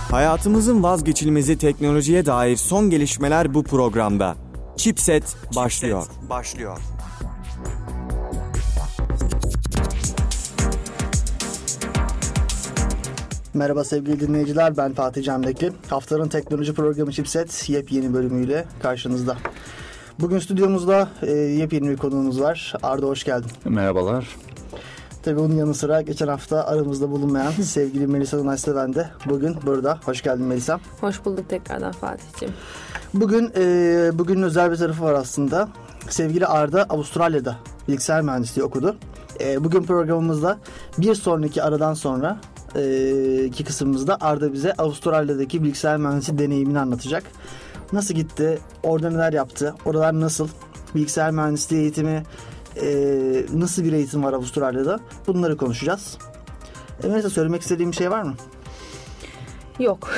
Hayatımızın vazgeçilmezi teknolojiye dair son gelişmeler bu programda. Chipset başlıyor. Merhaba sevgili dinleyiciler, ben Fatih Cem'deki. Haftanın teknoloji programı Chipset yepyeni bölümüyle karşınızda. Bugün stüdyomuzda yepyeni bir konuğumuz var. Arda, hoş geldin. Merhabalar. Tabii bunun yanı sıra geçen hafta aramızda bulunmayan sevgili Melisa Donayseven de bugün burada. Hoş geldin Melisa. Hoş bulduk tekrardan Fatih'ciğim. Bugünün özel bir tarafı var aslında. Sevgili Arda Avustralya'da bilgisayar mühendisliği okudu. Bugün programımızda bir sonraki aradan sonra ki kısmımızda Arda bize Avustralya'daki bilgisayar mühendisliği deneyimini anlatacak. Nasıl gitti? Orada neler yaptı? Oralar nasıl? Bilgisayar mühendisliği eğitimi, nasıl bir eğitim var Avustralya'da? Bunları konuşacağız. Melisa, söylemek istediğim bir şey var mı? Yok.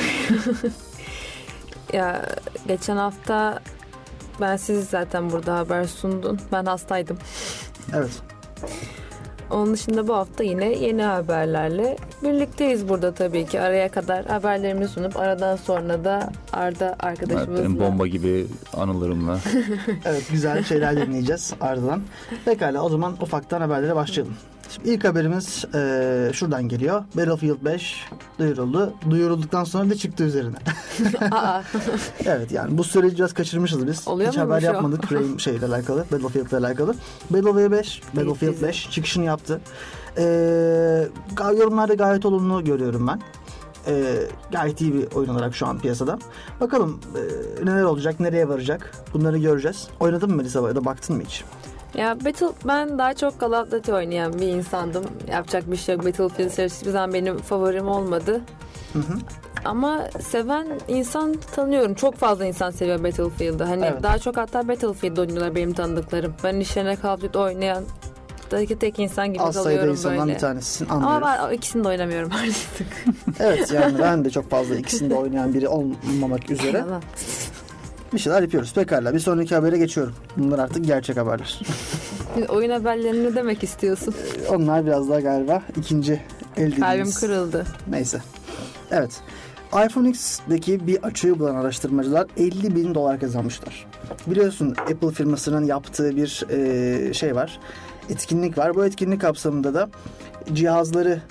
Ya geçen hafta ben sizi zaten burada haber sundum. Ben hastaydım. Evet. Onun dışında bu hafta yine yeni haberlerle birlikteyiz burada tabii ki. Araya kadar haberlerimizi sunup aradan sonra da Arda arkadaşımızla. Evet, benim bomba gibi anılarımla. Evet, güzel şeyler dinleyeceğiz Arda'dan. Pekala, o zaman ufaktan haberlere başlayalım. Şimdi ilk haberimiz şuradan geliyor. Battlefield 5 duyuruldu. Duyurulduktan sonra da çıktı üzerine. Evet, yani bu süreci biraz kaçırmışız biz. Oluyor hiç haber yapmadık Battlefield'le alakalı. Battlefield 5 çıkışını yaptı. Yorumlarda gayet olumlu görüyorum ben. Gayet iyi bir oyun olarak şu an piyasada. Bakalım neler olacak, nereye varacak, bunları göreceğiz. Oynadın mı Melisa, ya da baktın mı hiç? Ya ben daha çok Call of Duty oynayan bir insandım. Yapacak bir şey yok. Battlefield serisi hiçbir zaman benim favorim olmadı. Hı. Ama seven insan tanıyorum. Çok fazla insan seviyor Battlefield'ı. Hani evet. Daha çok hatta Battlefield oynuyorlar benim tanıdıklarım. Ben işlerine Call of Duty oynayan tek insan gibi kalıyorum böyle. Az sayıda insandan bir tanesisin, anlıyoruz. Ama ben ikisini de oynamıyorum artık. Evet, yani ben de çok fazla ikisini de oynayan biri olmamak üzere. Bir şeyler yapıyoruz. Pekala, bir sonraki habere geçiyorum. Bunlar artık gerçek haberler. Oyun haberlerini ne demek istiyorsun? Onlar biraz daha galiba ikinci el dediğimiz. Kalbim kırıldı. Neyse. Evet. iPhone X'deki bir açığı bulan araştırmacılar $50,000 kazanmışlar. Biliyorsun, Apple firmasının yaptığı bir şey var. Etkinlik var. Bu etkinlik kapsamında da cihazları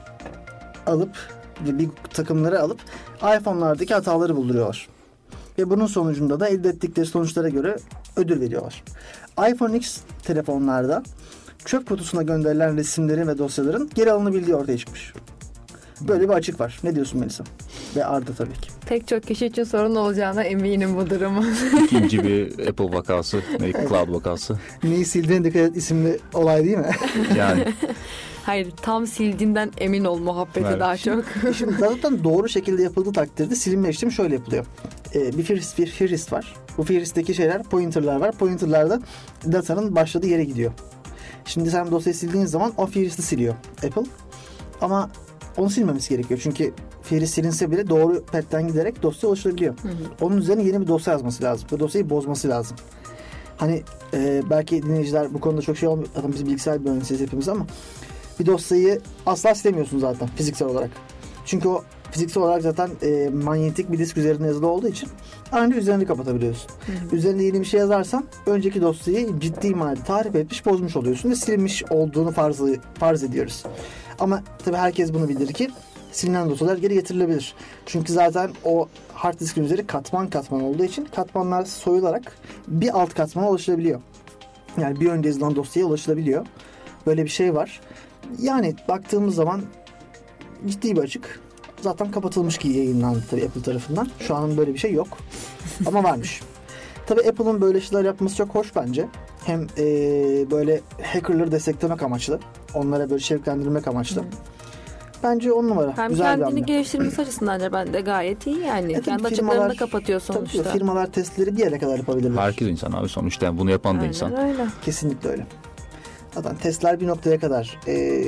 alıp ve bir takımları alıp iPhone'lardaki hataları bulduruyorlar. Ve bunun sonucunda da elde ettikleri sonuçlara göre ödül veriyorlar. iPhone X telefonlarda çöp kutusuna gönderilen resimlerin ve dosyaların geri alınabildiği ortaya çıkmış. Böyle bir açık var. Ne diyorsun Melisa? Ve Arda tabii ki. Pek çok kişi için sorun olacağına eminim bu durumu. İkinci bir Apple vakası, Cloud vakası. Neyi sildiğine dikkat et isimli olay değil mi? Yani. Hayır, tam sildiğinden emin ol muhabbeti, evet. Daha çok. Şimdi zaten doğru şekilde yapıldığı takdirde silinme işlemi şöyle yapılıyor. Bir firist var. Bu firist'teki şeyler, pointer'lar var. Pointer'larda datanın başladığı yere gidiyor. Şimdi sen dosyayı sildiğin zaman o firist'i siliyor Apple. Ama onu silmemesi gerekiyor. Çünkü firist silinse bile doğru path'ten giderek dosya oluşturabiliyor. Hı hı. Onun üzerine yeni bir dosya yazması lazım. Bu dosyayı bozması lazım. Hani belki dinleyiciler bu konuda çok şey olmuyor. Zaten biz bilgisayar mühendisiyiz hepimiz ama bir dosyayı asla silemiyorsun zaten fiziksel olarak. Çünkü o fiziksel olarak zaten manyetik bir disk üzerinde yazılı olduğu için ancak üzerini kapatabiliyorsun. Hı. Üzerinde yeni bir şey yazarsan önceki dosyayı ciddi manada tahrip etmiş, bozmuş oluyorsun ve silinmiş olduğunu farz ediyoruz. Ama tabii herkes bunu bilir ki silinen dosyalar geri getirilebilir. Çünkü zaten o hard diskin üzeri katman katman olduğu için katmanlar soyularak bir alt katmana ulaşılabiliyor. Yani bir önce yazılan dosyaya ulaşılabiliyor. Böyle bir şey var. Yani baktığımız zaman ciddi bir açık. Zaten kapatılmış ki yayınlandı tabii Apple tarafından. Şu an böyle bir şey yok. Ama varmış. Tabii Apple'ın böyle şeyler yapması çok hoş bence. Hem böyle hackerları desteklemek amaçlı. Onlara böyle şevklendirmek amaçlı. Bence 10 numara. Hem güzel kendini geliştirmesi açısından da bence gayet iyi yani. Kendi açıklarını da kapatıyor sonuçta. Tabii firmalar testleri bir yere kadar yapabilirler. Herkes insan abi sonuçta. Yani bunu yapan da insan. Öyle. Kesinlikle öyle. Zaten testler bir noktaya kadar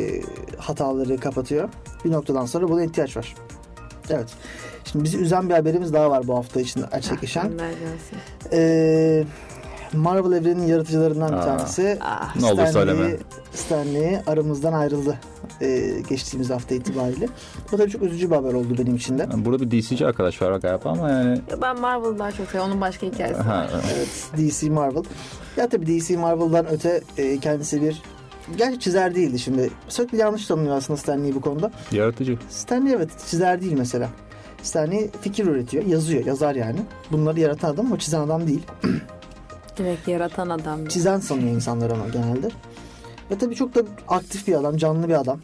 hataları kapatıyor. Bir noktadan sonra buna ihtiyaç var. Evet. Şimdi bizi üzen bir haberimiz daha var bu hafta için gerçekleşen. Marvel evreninin yaratıcılarından bir tanesi. Ne olur söyleme. Stan Lee aramızdan ayrıldı geçtiğimiz hafta itibariyle. Bu tabii çok üzücü bir haber oldu benim için de. Yani burada bir DC'ci arkadaş var galiba ama yani. Ben Marvel'ı daha çok seviyorum. Onun başka hikayesi var. Evet, DC Marvel. Ya tabii DC Marvel'dan öte kendisi bir... Gerçi çizer değildi şimdi. Sürekli yanlış tanımlıyor aslında Stan Lee bu konuda. Yaratıcı. Stan Lee evet çizer değil mesela. Stan Lee fikir üretiyor, yazıyor, yazar yani. Bunları yaratan adam ama çizen adam değil. Direkt yaratan adam. Çizen sanıyor insanlar ama genelde. Ve tabii çok da aktif bir adam, canlı bir adam.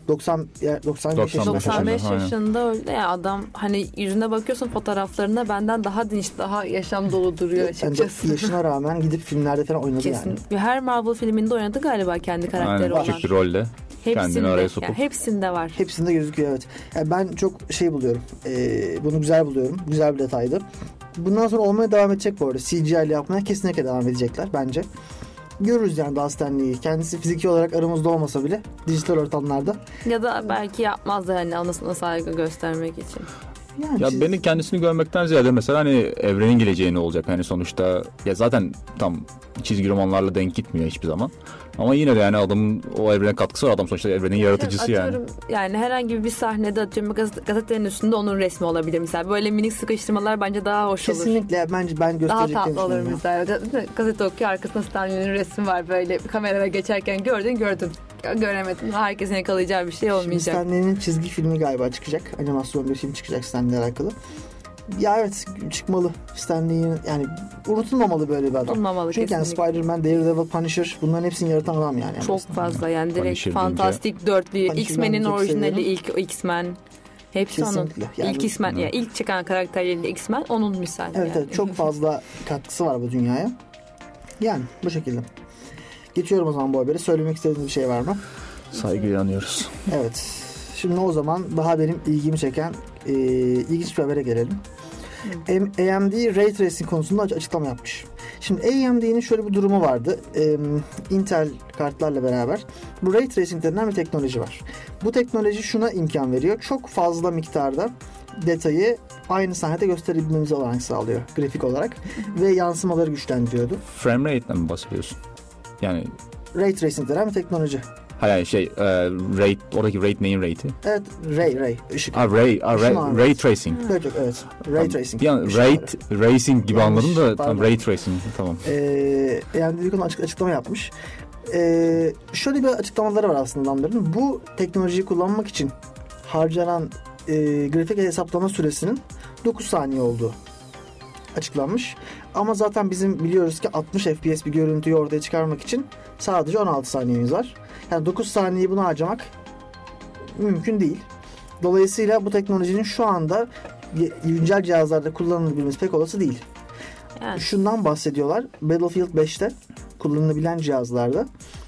95 yaşında öyle ya adam, hani yüzüne bakıyorsun fotoğraflarına, benden daha dinç, daha yaşam dolu duruyor açıkçası. Yaşına rağmen gidip filmlerde falan oynadı kesin. Yani. Her Marvel filminde oynadı galiba kendi karakteri olan. Küçük bir rolde. Kendini araya sokup. Yani hepsinde var. Hepsinde gözüküyor evet. Yani ben çok buluyorum. Bunu güzel buluyorum. Güzel bir detaydı. Bundan sonra olmaya devam edecek bu arada. CGI ile yapmaya kesinlikle devam edecekler bence. Görürüz yani daha Stan Lee'yi. Kendisi fiziki olarak aramızda olmasa bile dijital ortamlarda. Ya da belki yapmaz da hani anasına saygı göstermek için. Yani ya benim kendisini görmekten ziyade mesela hani evrenin geleceği ne olacak? Hani sonuçta ya zaten tam çizgi romanlarla denk gitmiyor hiçbir zaman. Ama yine de yani adamın o evrene katkısı var. Adam sonuçta evrenin yaratıcısı yani. Yani herhangi bir sahnede atıyorum gazetenin üstünde onun resmi olabilir mesela. Böyle minik sıkıştırmalar bence daha hoş olur. Kesinlikle bence ben göstereceklerini daha tatlı olur mesela. Gazete okuyor, arkasında Stan Lee'nin resmi var, böyle kameraya geçerken gördün. Göremedim. Herkesin yakalayacağı bir şey olmayacak. Şimdi Stan Lee'nin çizgi filmi galiba çıkacak. Animasyon bir film çıkacak Stan Lee'yle alakalı. Ya evet çıkmalı. Stan Lee'nin yani unutulmamalı böyle bir adam. Unutulmamalı çünkü kesinlikle. Yani Spider-Man, Daredevil, Punisher bunların hepsini yaratan adam yani. Çok fazla yani direkt Punisher fantastik dörtlü. X-Men'in orijinali ilk X-Men. Hepsi kesinlikle. onun. Yani, ilk X-Men yani ilk çıkan karakterleri X-Men onun misali. Evet, yani. evet çok fazla katkısı var bu dünyaya. Yani bu şekilde. Geçiyorum o zaman bu haberi. Söylemek istediğiniz bir şey var mı? Saygıyla anıyoruz. Evet. Şimdi o zaman daha benim ilgimi çeken ilginç bir habere gelelim. AMD Ray Tracing konusunda açıklama yapmış. Şimdi AMD'nin şöyle bir durumu vardı. Intel kartlarla beraber bu Ray Tracing denilen bir teknoloji var. Bu teknoloji şuna imkan veriyor. Çok fazla miktarda detayı aynı sahnede gösterebilmemizi olanak sağlıyor grafik olarak ve yansımaları güçlendiriyordu. Frame rate'den mi bahsediyorsun? Yani Ray Tracing denen bir teknoloji. Hayır rate, oradaki rate neyin rate'i? Evet, Ray ışık. Ray tracing. Evet. Ray Tracing. Yani racing gibi yanlış, anladım da pardon. tam ray tracing tamam. Yani bir konu açıklama yapmış. Şöyle bir açıklamaları var aslında adamların. Bu teknolojiyi kullanmak için harcanan grafik hesaplama süresinin 9 saniye olduğu açıklanmış. Ama zaten bizim biliyoruz ki 60 FPS bir görüntüyü ortaya çıkarmak için sadece 16 saniyemiz var. Yani 9 saniyeyi buna harcamak mümkün değil. Dolayısıyla bu teknolojinin şu anda güncel cihazlarda kullanılabilmesi pek olası değil. Yani. Şundan bahsediyorlar. Battlefield 5'te kullanılabilen cihazlarda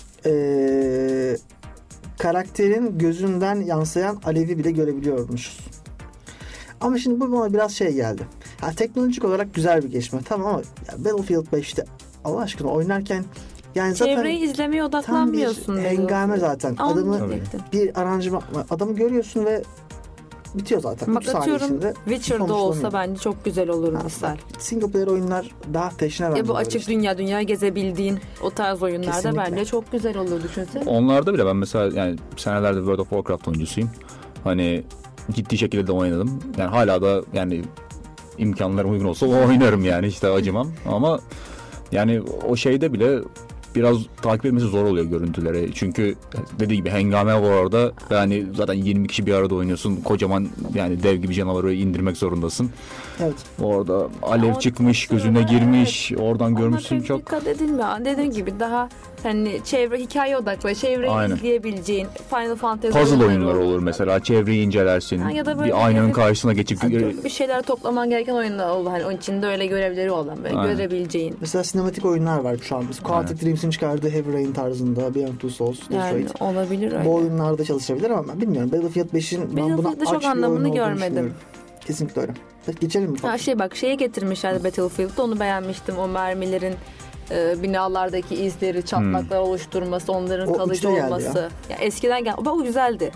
karakterin gözünden yansıyan alevi bile görebiliyormuşuz. Ama şimdi bu bana biraz geldi. Yani teknolojik olarak güzel bir gelişme. Tamam ama Battlefield 5'te Allah aşkına oynarken yani zaten çevreyi izlemeye odaklanmıyorsun. Tam bir hengame zaten. Adamı bir aranjman, adamı görüyorsun ve bitiyor zaten. Bak atıyorum Witcher'da olsa bence çok güzel olur misal. Single player oyunlar daha peşine bence. Ya bu açık işte. dünya gezebildiğin o tarz oyunlarda kesinlikle. Bence çok güzel olur düşünsene. Onlarda bile ben mesela yani senelerde World of Warcraft oyuncusuyum. Hani ciddi şekilde de oynadım. Yani hala da yani imkanlarım uygun olsa oynarım yani işte acımam. Ama yani o şeyde bile biraz takip etmesi zor oluyor görüntüleri. Çünkü dediği gibi hengame var orada. Yani zaten 20 kişi bir arada oynuyorsun. Kocaman yani dev gibi canavarı indirmek zorundasın. Evet. Orada alev çıkmış, gözüne girmiş. Evet. Oradan görmüşsün çok. Dikkat edilmiyor. Dediğim gibi daha hani çevre hikaye odaklı, çevreyi izleyebileceğin Final Fantasy puzzle oyunları olur mesela. Çevreyi incelersin. Ya da bir aynanın karşısına geçip bir şeyler toplaman gereken oyunlar olur. Hani onun içinde öyle görevleri olan böyle görebileceğin. Mesela sinematik oyunlar var şu an. Quantic Dreams'in çıkardığı Heavy Rain tarzında, Beyond Two Souls, yani olabilir öyle. Bu oyunlarda çalışabilir ama ben bilmiyorum. Battlefield 5'in ben buna aç çok anlamını görmedim. Kesinlikle öyle. Geçelim mi? Şeye getirmişlerdi Battlefield'da, onu beğenmiştim. O mermilerin binalardaki izleri, çatlaklar oluşturması, onların kalıcı olması. Ya eskiden o güzeldi.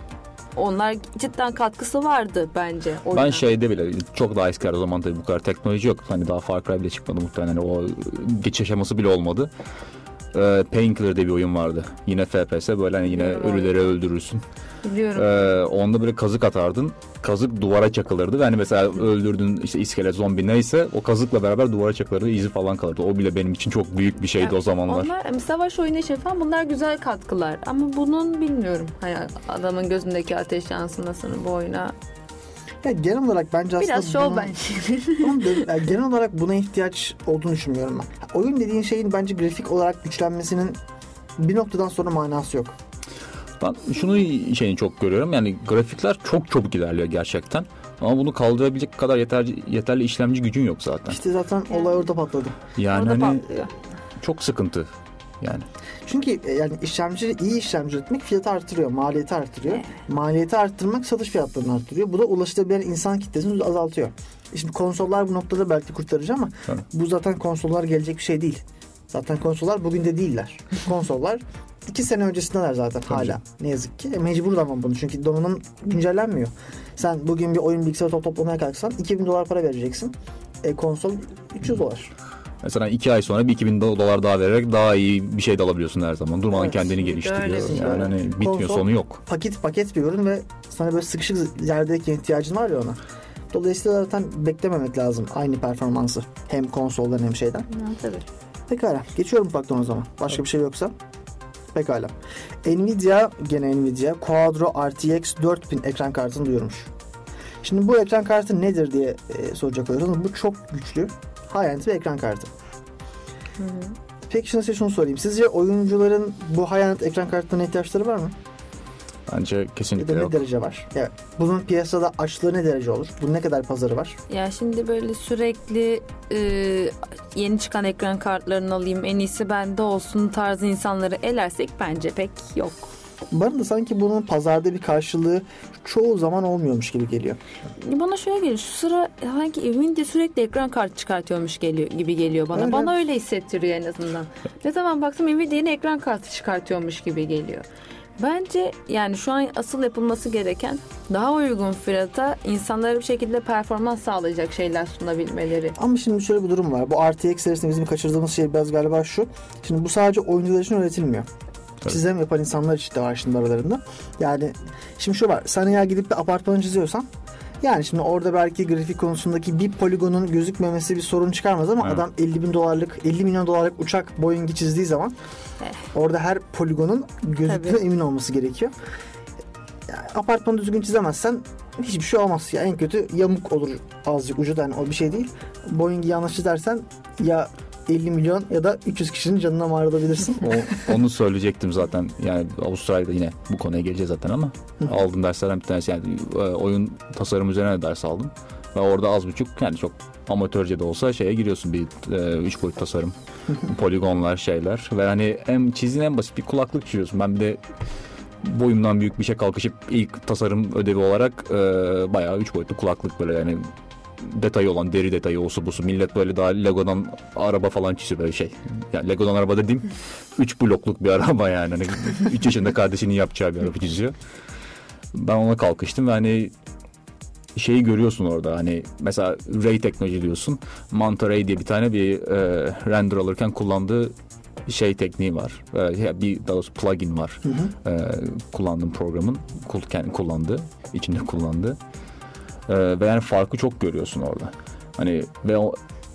onlar cidden katkısı vardı bence. O Ben yüzden. şeyde bile çok daha eski, o zaman tabii bu kadar teknoloji yok. Hani daha Far Cry bile çıkmadı muhtemelen. Hani o geçiş aşaması bile olmadı. Painkiller diye bir oyun vardı. Yine FPS, böyle hani yine Biliyorum ölüleri öldürürsün. Biliyorum. Onda böyle kazık atardın. Kazık duvara çakılırdı ve hani mesela öldürdün işte iskelet, zombi neyse o kazıkla beraber duvara çakılırdı, izi falan kalırdı. O bile benim için çok büyük bir şeydi Yani o zamanlar. Onlar savaş oyunu için falan bunlar güzel katkılar. Ama bunun bilmiyorum. Hani adamın gözündeki ateş yansımasını bu oyuna. Ya genel olarak bence aslında Biraz şov bence. yani genel olarak buna ihtiyaç olduğunu düşünmüyorum ben. Oyun dediğin şeyin bence grafik olarak güçlenmesinin bir noktadan sonra manası yok. Ben şunu şeyini çok görüyorum, yani grafikler çok çabuk ilerliyor gerçekten. Ama bunu kaldırabilecek kadar yeterli işlemci gücün yok zaten. İşte zaten olay orada patladı. Yani Orada hani patlıyor. çok sıkıntı yani. Çünkü yani iyi işlemci üretmek fiyatı artırıyor, maliyeti artırıyor. Maliyeti arttırmak satış fiyatlarını artırıyor. Bu da ulaşılabilen insan kitlesini azaltıyor. Şimdi konsollar bu noktada belki kurtarıcı ama Tabii. bu zaten konsollar gelecek bir şey değil. Zaten konsollar bugün de değiller. Konsollar 2 sene öncesindeler zaten hala. Ne yazık ki. Mecbur ama bunu. Çünkü donanım güncellenmiyor. Sen bugün bir oyun bilgisayarı toplamaya kalksan $2.000 para vereceksin. Konsol $300. Mesela 2 ay sonra bir $2.000 daha vererek daha iyi bir şey de alabiliyorsun her zaman. Durmadan Evet, kendini geliştiriyor. öyle. Yani hani bitmiyor, Konsol sonu yok. Paket bir ürün ve sana böyle sıkışık yerdeyken ihtiyacın var ya ona. Dolayısıyla zaten beklememek lazım aynı performansı. Hem konsoldan hem şeyden. Tabii. Pekala. Geçiyorum ufaktan o zaman. Başka bir şey yoksa. Pekala. Nvidia Quadro RTX 4000 ekran kartını duyurmuş. Şimdi bu ekran kartı nedir diye soracak olursanız, bu çok güçlü high-end bir ekran kartı. Peki şimdi size şunu sorayım. Sizce oyuncuların bu high-end ekran kartlarına ihtiyaçları var mı? Bence Ya kesinlikle da ne yok. derece var? Ya bunun piyasada açlığı ne derece olur? Bunun ne kadar pazarı var? Ya şimdi böyle sürekli yeni çıkan ekran kartlarını alayım, en iyisi bende olsun tarzı insanları elersek bence pek yok. Bana da sanki bunun pazarda bir karşılığı çoğu zaman olmuyormuş gibi geliyor. Bana şöyle geliyor, şu sıra hangi Nvidia sürekli ekran kartı çıkartıyormuş gibi geliyor bana. Evet. Bana öyle hissettiriyor en azından. Ne zaman baktım Nvidia yeni ekran kartı çıkartıyormuş gibi geliyor. Bence yani şu an asıl yapılması gereken daha uygun fiyata insanlara bir şekilde performans sağlayacak şeyler sunabilmeleri. Ama şimdi şöyle bir durum var. Bu RTX serisinde bizim kaçırdığımız şey biraz galiba şu. Şimdi bu sadece oyuncular için üretilmiyor. Tabii. Çizim yapan insanlar için de var şimdi aralarında. Yani şimdi şu var. Sen eğer gidip bir apartmanı çiziyorsan, yani şimdi orada belki grafik konusundaki bir poligonun gözükmemesi bir sorun çıkarmaz ama adam $50 milyon uçak Boeing'i çizdiği zaman orada her poligonun gözüktüğüne emin olması gerekiyor. Yani apartmanı düzgün çizemezsen hiçbir şey olmaz. Ya en kötü yamuk olur azıcık ucu da, yani o bir şey değil. Boeing'i yanlış çizersen ya 50 milyon ya da 300 kişinin canına mal olabilirsin. Onu söyleyecektim zaten. Yani Avustralya'da yine bu konuya geleceğiz zaten ama aldığım derslerden bir tanesi, yani oyun tasarım üzerine ders aldım. Ve orada az buçuk, yani çok amatörce de olsa şeye giriyorsun, bir 3 boyut tasarım. Poligonlar, şeyler ve hani hem çizdiğin en basit bir kulaklık çiziyorsun. Ben bir de boyumdan büyük bir şey kalkışıp ilk tasarım ödevi olarak bayağı 3 boyutlu kulaklık, böyle yani detayı olan, deri detayı olsa busu. Millet böyle daha Lego'dan araba falan çiziyor, böyle şey. Yani Lego'dan araba dediğim 3 blokluk bir araba yani. Hani 3 yaşında kardeşinin yapacağı bir araba çiziyor. Ben ona kalkıştım ve hani şeyi görüyorsun orada, hani mesela Ray teknoloji diyorsun. Manta Ray diye bir tane bir render alırken kullandığı şey tekniği var. Bir daha doğrusu plugin var. Kullandığım programın kullandığı, içinde kullandığı. Ve yani farkı çok görüyorsun orada. Hani ve o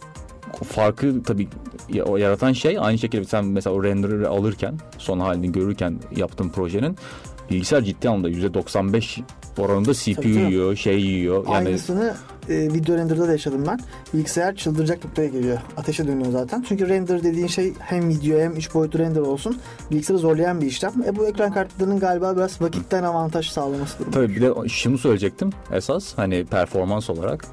farkı tabii o yaratan şey aynı şekilde sen mesela o render'ı alırken, son halini görürken yaptığın projenin bilgisayar ciddi anlamda %95 oranında CPU Tabii. yiyor, şey yiyor. Yani Aynısını video render'da da yaşadım ben. Bilgisayar çıldıracak noktaya geliyor. Ateşe dönüyor zaten. Çünkü render dediğin şey hem video hem 3 boyutlu render olsun, bilgisayarı zorlayan bir işlem. Bu ekran kartlarının galiba biraz vakitten avantaj sağlaması durumu. tabii bir de şunu söyleyecektim esas, hani performans olarak.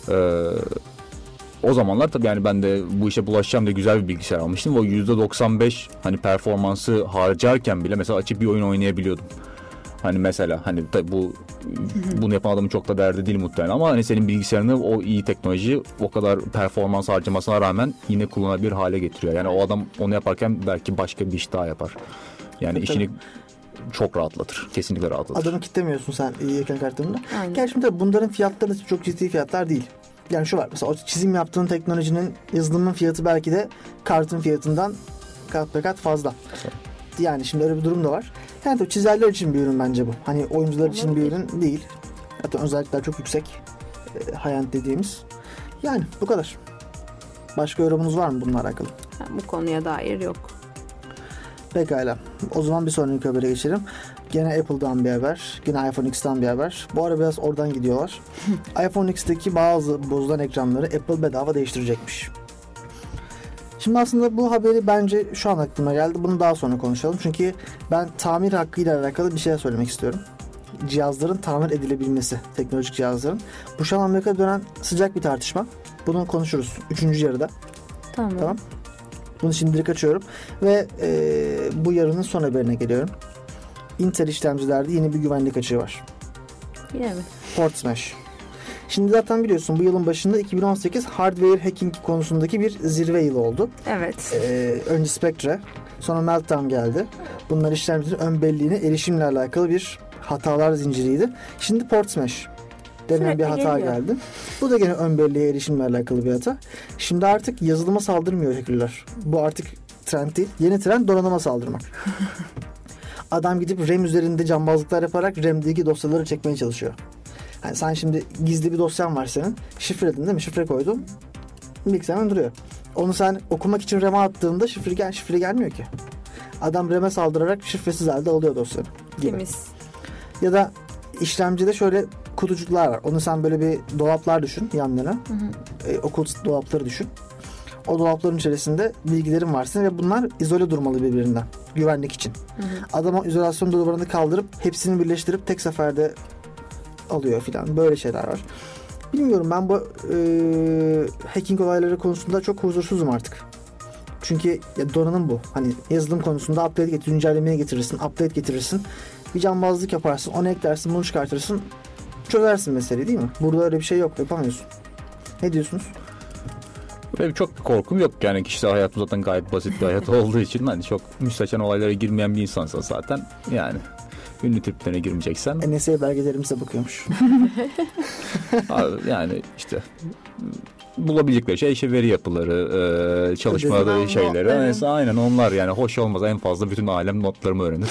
O zamanlar tabii yani ben de bu işe bulaşacağım diye güzel bir bilgisayar almıştım. O %95 hani performansı harcarken bile mesela açıp bir oyun oynayabiliyordum. Hani mesela hani tabii bunu yapan adamın çok da derdi değil muhtemelen ama hani senin bilgisayarını o iyi teknoloji o kadar performans harcamasına rağmen yine kullanabilir hale getiriyor. Yani o adam onu yaparken belki başka bir iş daha yapar. Yani Tabii. işini çok rahatlatır. Kesinlikle rahatlatır. Adamı kitlemiyorsun sen ekran kartlarında. Aynen. Gerçi de bunların fiyatları da çok ciddi fiyatlar değil. Yani şu var, mesela o çizim yaptığın teknolojinin, yazılımın fiyatı belki de kartın fiyatından kat be kat fazla. Yani şimdi öyle bir durum da var. Yani çizerler için bir ürün bence bu. Hani oyuncular için bir ürün değil. Hatta özellikler çok yüksek. High-end dediğimiz. Yani bu kadar. Başka yorumunuz var mı bununla alakalı? Bu konuya dair yok. Pekala. O zaman bir sonraki habere geçelim. Gene Apple'dan bir haber. Gene iPhone X'ten bir haber. Bu ara biraz oradan gidiyorlar. iPhone X'teki bazı bozulan ekranları Apple bedava değiştirecekmiş. Şimdi aslında bu haberi bence şu an aklıma geldi. Bunu daha sonra konuşalım. Çünkü ben tamir hakkıyla alakalı bir şey söylemek istiyorum. Cihazların tamir edilebilmesi, teknolojik cihazların. Bu şu an Amerika'da dönen sıcak bir tartışma. Bunu konuşuruz 3. yarıda. Tamam. Bunu şimdilik açıyorum. Ve bu yarının son haberine geliyorum. Intel işlemcilerde yeni bir güvenlik açığı var. Yine mi? Port Smash. Şimdi zaten biliyorsun bu yılın başında 2018 hardware hacking konusundaki bir zirve yılı oldu. Evet. Önce Spectre, sonra Meltdown geldi. Bunlar işlemcilerin ön belleğine erişimle alakalı bir hatalar zinciriydi. Şimdi Port Smash denen bir hata geldi. Bu da gene ön belleğe erişimle alakalı bir hata. Şimdi artık yazılıma saldırmıyor hackerlar. Bu artık trend değil. Yeni trend donanıma saldırmak. Adam gidip RAM üzerinde cambazlıklar yaparak RAM'deki dosyaları çekmeye çalışıyor. Yani sen şimdi gizli bir dosyan var senin. Şifreledin değil mi? Şifre koydun. Bilgisayarın duruyor. Onu sen okumak için RAM'e attığında şifre gelmiyor ki. Adam RAM'e saldırarak şifresiz halde alıyor dosyanı. Gibi. Temiz. Ya da işlemcide şöyle kutucuklar var. Onu sen böyle bir dolaplar düşün yanlarına. Okul dolapları düşün. O dolapların içerisinde bilgilerin varsın ve bunlar izole durmalı birbirinden. Güvenlik için. Adam o izolasyon duvarını kaldırıp hepsini birleştirip tek seferde alıyor filan. Böyle şeyler var. Bilmiyorum, ben bu hacking olayları konusunda çok huzursuzum artık. Çünkü donanım bu. Hani yazılım konusunda update güncellemeye getirirsin, update getirirsin. Bir cambazlık yaparsın, onu eklersin, bunu çıkartırsın. Çözersin meseleyi, değil mi? Burada öyle bir şey yok, yapamıyorsun. Ne diyorsunuz? Böyle çok bir korkum yok. Yani kişisel hayatım zaten gayet basit bir hayat olduğu için ben çok müstehcen olaylara girmeyen bir insansa zaten yani ünlü triplerine girmeyeceksen. NSA belgelerimize bakıyormuş. Yani işte bulabilecekleri şey işte veri yapıları, çalışmaları şeyleri. Evet. Aynen onlar yani hoş olmaz. En fazla bütün alem notlarımı öğrenir.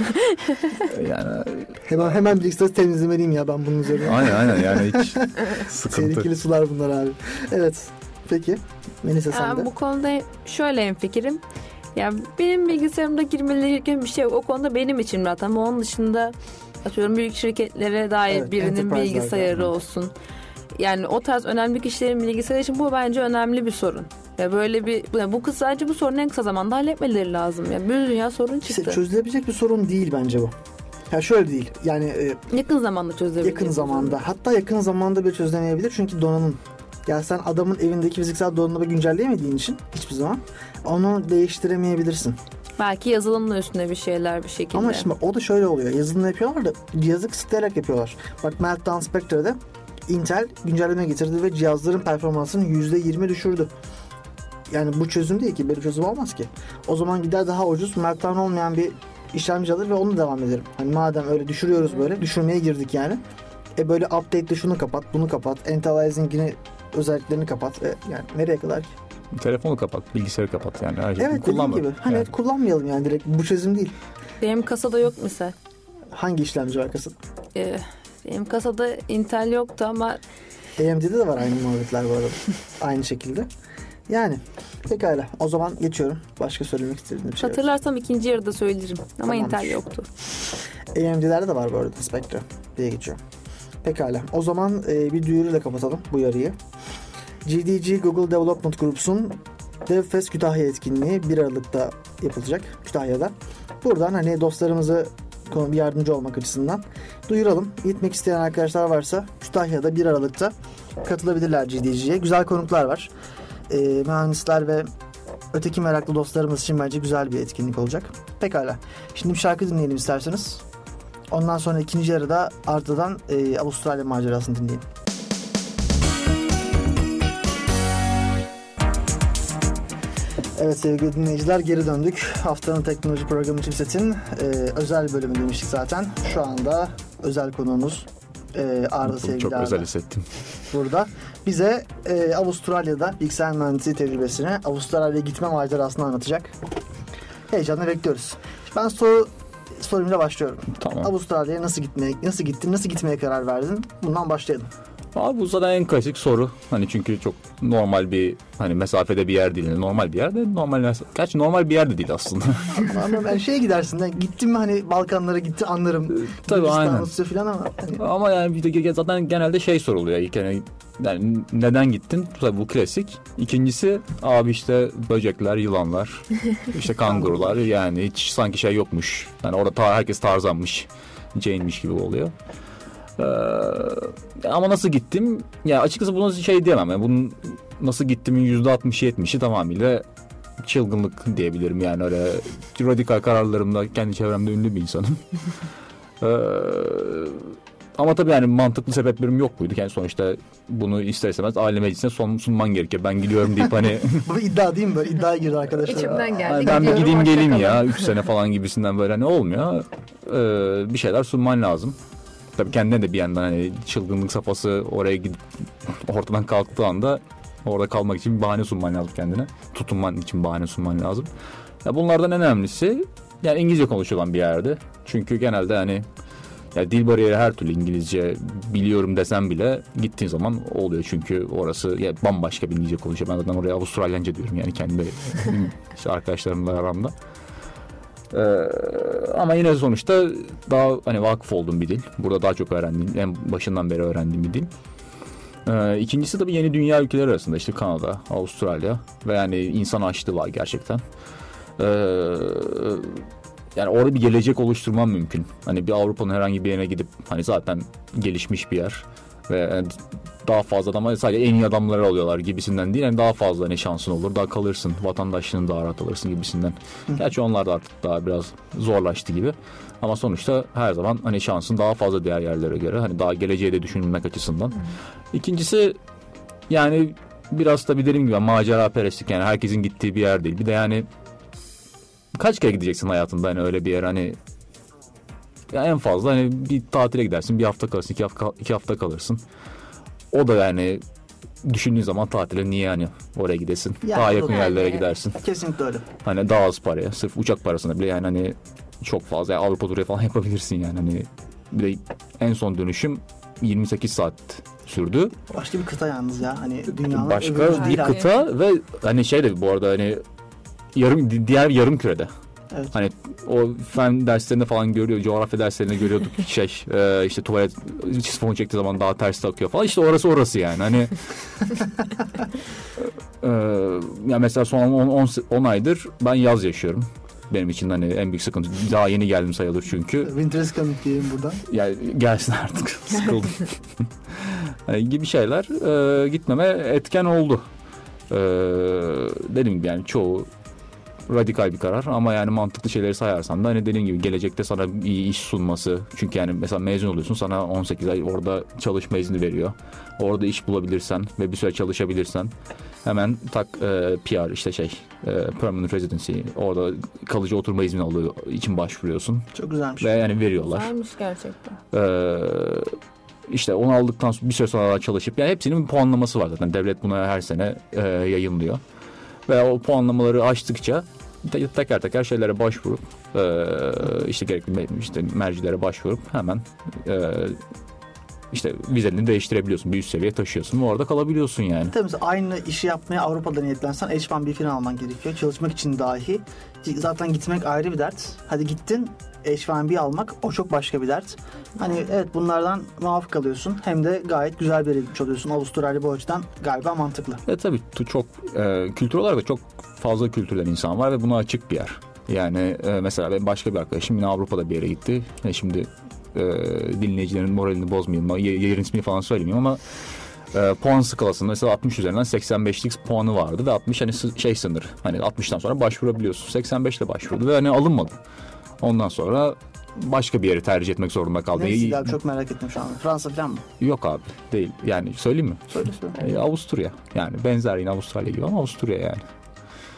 Yani Hemen bilgisayarı temizlemeliyim ya ben bunun üzerine. aynen yani hiç sıkıntı. Tehlikeli sular bunlar abi. Evet. Peki. Melisa sen de. Bu konuda şöyle hemfikirim. Ya benim bilgisayarımda girmeleri gereken bir şey yok. O konuda benim için rahat ama onun dışında atıyorum büyük şirketlere dair Evet, birinin enterprise'larda. bilgisayarı olsun. Yani o tarz önemli kişilerin bilgisayarı için bu bence önemli bir sorun. Ya böyle bu kız sadece bu sorunu en kısa zamanda halletmeleri lazım. Ya bir dünya sorun çıktı. İşte çözülebilecek bir sorun değil bence bu. Ya şöyle değil. Yani yakın zamanda çözebilecek. yakın zamanda. Hatta yakın zamanda bir çözülemeyebilir çünkü donanım. Yani sen adamın evindeki fiziksel donanımı güncelleyemediğin için hiçbir zaman onu değiştiremeyebilirsin. Belki yazılımla üstüne bir şeyler bir şekilde. Ama şimdi o da şöyle oluyor. Yazılımla yapıyorlar da cihazı kısıtlayarak yapıyorlar. Bak Meltdown Spectre'de Intel güncelleme getirdi ve cihazların performansını %20 düşürdü. Yani bu çözüm değil ki. Böyle çözüm olmaz ki. O zaman gider daha ucuz Meltdown olmayan bir işlemci alır ve onu devam ederim. Hani madem öyle düşürüyoruz böyle. Düşürmeye girdik yani. Böyle update'de şunu kapat, bunu kapat. Anti-aliasing'ini özelliklerini kapat. Yani nereye kadar ki? Telefonu kapat, bilgisayarı kapat yani. Evet, dediğim gibi. Hani yani. kullanmayalım yani direkt. Bu çözüm değil. Benim kasada yok misal. Hangi işlemci var kasada? Benim kasada Intel yoktu ama AMD'de de var aynı muhabbetler bu arada. Aynı şekilde. Yani pekala. O zaman geçiyorum. Başka söylemek istediğim bir şey yok. hatırlarsam ikinci yarıda söylerim. Ama Tamamdır. Intel yoktu. AMD'lerde de var bu arada Spectre diye geçiyor. Pekala. O zaman bir duyuruyla kapatalım bu yarıyı. GDG Google Development Groups'un DevFest Kütahya etkinliği 1 Aralık'ta yapılacak Kütahya'da. Buradan hani dostlarımızı bir yardımcı olmak açısından duyuralım. Gitmek isteyen arkadaşlar varsa Kütahya'da 1 Aralık'ta katılabilirler GDG'ye. Güzel konuklar var. Mühendisler ve öteki meraklı dostlarımız için bence güzel bir etkinlik olacak. Pekala. Şimdi bir şarkı dinleyelim isterseniz. Ondan sonra ikinci yarıda ardından Avustralya macerasını dinleyelim. Evet sevgili dinleyiciler, geri döndük. Haftanın teknoloji programı Chipset'in özel bölümü demiştik zaten. Şu anda özel konuğumuz Arda sevgili Çok Arda. özel hissettim. Burada bize Avustralya'da bilgisayar mühendisliği tecrübesini, Avustralya'ya gitme macerasını anlatacak. Heyecanla bekliyoruz. Ben sorumla başlıyorum. Tamam. Avustralya'ya nasıl gittin, nasıl gitmeye karar verdin? Bundan başlayalım. Abi bu zaten en klasik soru. Hani çünkü çok normal bir hani mesafede bir yer değil. Normal bir yerde gerçi normal bir yerde değil aslında. Ama ben gidersin. Gittim mi hani Balkanlara gitti anlarım. Tabii aynen. Falan ama. Hani... Ama yani bir de zaten genelde soruluyor. İlk yani neden gittin? Tabii bu klasik. İkincisi abi işte böcekler, yılanlar, işte kangurular, yani hiç sanki yokmuş. Yani orada herkes Tarzanmış, Jane'miş gibi oluyor. Ama nasıl gittim? Ya açıkçası bunu diyemem. Yani bunun nasıl gittiğimin %60-70'i tamamıyla çılgınlık diyebilirim. Yani öyle radikal kararlarımda kendi çevremde ünlü bir insanım. Ama tabii yani mantıklı sebeplerim yok buydu. Yani sonuçta bunu ister istemez aile meclisine sunman gerekiyor. Ben gidiyorum deyip hani... Bu iddia değil mi böyle? İddiaya girdi arkadaşlar. İçimden geldi. Yani ben bir gideyim geleyim ya 3 sene falan gibisinden böyle hani olmuyor. Bir şeyler sunman lazım. Tabii kendine de bir yandan hani çılgınlık safhası oraya gidip ortadan kalktığı anda orada kalmak için bir bahane sunman lazım kendine. Tutunman için bahane sunman lazım. Ya bunlardan en önemlisi yani İngilizce konuşulan bir yerde. Çünkü genelde hani ya dil bariyeri her türlü, İngilizce biliyorum desem bile gittiğin zaman oluyor. Çünkü orası ya bambaşka bir İngilizce konuşuyor. Ben zaten oraya Avustralyanca diyorum yani kendi işte arkadaşlarımla aramda. Ama yine sonuçta daha hani vakıf olduğum bir dil. Burada daha çok öğrendiğim, en başından beri öğrendiğim bir dil. İkincisi tabii yeni dünya ülkeleri arasında işte Kanada, Avustralya ve yani insan açlığı var gerçekten. Yani orada bir gelecek oluşturmam mümkün. Hani bir Avrupa'nın herhangi bir yerine gidip hani zaten gelişmiş bir yer ve yani daha fazla ama sadece en iyi adamları alıyorlar gibisinden değil. Yani daha fazla hani şansın olur, daha kalırsın, vatandaşlığını daha rahat alırsın gibisinden. Gerçi onlar da artık daha biraz zorlaştı gibi. Ama sonuçta her zaman hani şansın daha fazla diğer yerlere göre. Hani daha geleceğe de düşünülmek açısından. İkincisi yani biraz tabii dediğim gibi macera perestlik, yani herkesin gittiği bir yer değil. Bir de yani kaç kere gideceksin hayatında hani öyle bir yer, hani ya en fazla hani bir tatile gidersin, bir hafta kalırsın, iki hafta kalırsın. O da yani düşündüğün zaman tatile niye hani oraya gidesin? Yani daha yakın yerlere gidersin. Kesinlikle öyle. Hani daha az paraya, sırf uçak parasına bile yani hani çok fazla yani Avrupa turu falan yapabilirsin yani. Hani bir de en son dönüşüm 28 saat sürdü. Başka bir kıta yalnız ya. Hani dünyanın başka bir kıta ve hani de bu arada hani diğer yarım kürede. Evet. Hani o fen derslerinde falan görüyor, coğrafya derslerinde görüyorduk işte tuvalet sifonu çektiği zaman daha ters akıyor falan. İşte orası yani. Hani ya mesela son 10 aydır ben yaz yaşıyorum. Benim için hani en büyük sıkıntı. Daha yeni geldim sayılır çünkü. Winter's coming diyeyim buradan. Yani gelsin artık. Sıkıldım. Hani gibi şeyler gitmeme etken oldu. Dediğim gibi yani çoğu radikal bir karar ama yani mantıklı şeyleri sayarsan da hani dediğim gibi gelecekte sana iyi iş sunması. Çünkü yani mesela mezun oluyorsun, sana 18 ay orada çalışma izni veriyor. Orada iş bulabilirsen ve bir süre çalışabilirsen hemen PR işte permanent residency, orada kalıcı oturma izni alıyor için başvuruyorsun. Çok güzelmiş. Ve yani veriyorlar. Güzelmiş gerçekten. İşte onu aldıktan sonra bir süre sonra çalışıp yani hepsinin bir puanlaması var zaten. Devlet buna her sene yayınlıyor. Ve o puanlamaları aştıkça teker teker şeylere başvurup işte gerekli işte mercilere başvurup hemen işte vizeni değiştirebiliyorsun. Bir üst seviye taşıyorsun ve orada kalabiliyorsun yani. Tabii aynı işi yapmaya Avrupa'da niyetlensen H1B falan alman gerekiyor. Çalışmak için dahi. Zaten gitmek ayrı bir dert. Hadi gittin, H1B almak o çok başka bir dert. Hani evet, bunlardan muaf kalıyorsun. Hem de gayet güzel bir yere gitmiş oluyorsun. Avustralya bu açıdan galiba mantıklı. Tabii çok kültür olarak da çok fazla kültürden insan var ve buna açık bir yer. Yani mesela benim başka bir arkadaşım yine Avrupa'da bir yere gitti. Şimdi dinleyicilerin moralini bozmayayım, yerin ismini falan söylemeyeyim ama puan skalasında mesela 60 üzerinden 85'lik puanı vardı ve 60 hani sınır. Hani 60'tan sonra başvurabiliyorsun. 85 ile başvurdu ve hani alınmadı. Ondan sonra başka bir yeri tercih etmek zorunda kaldı. Neyse abi, çok merak ettim şu an. Fransa falan mı? Yok abi, değil. Yani söyleyeyim mi? Söyle. Avusturya. Yani benzer yine Avustralya gibi ama Avusturya yani.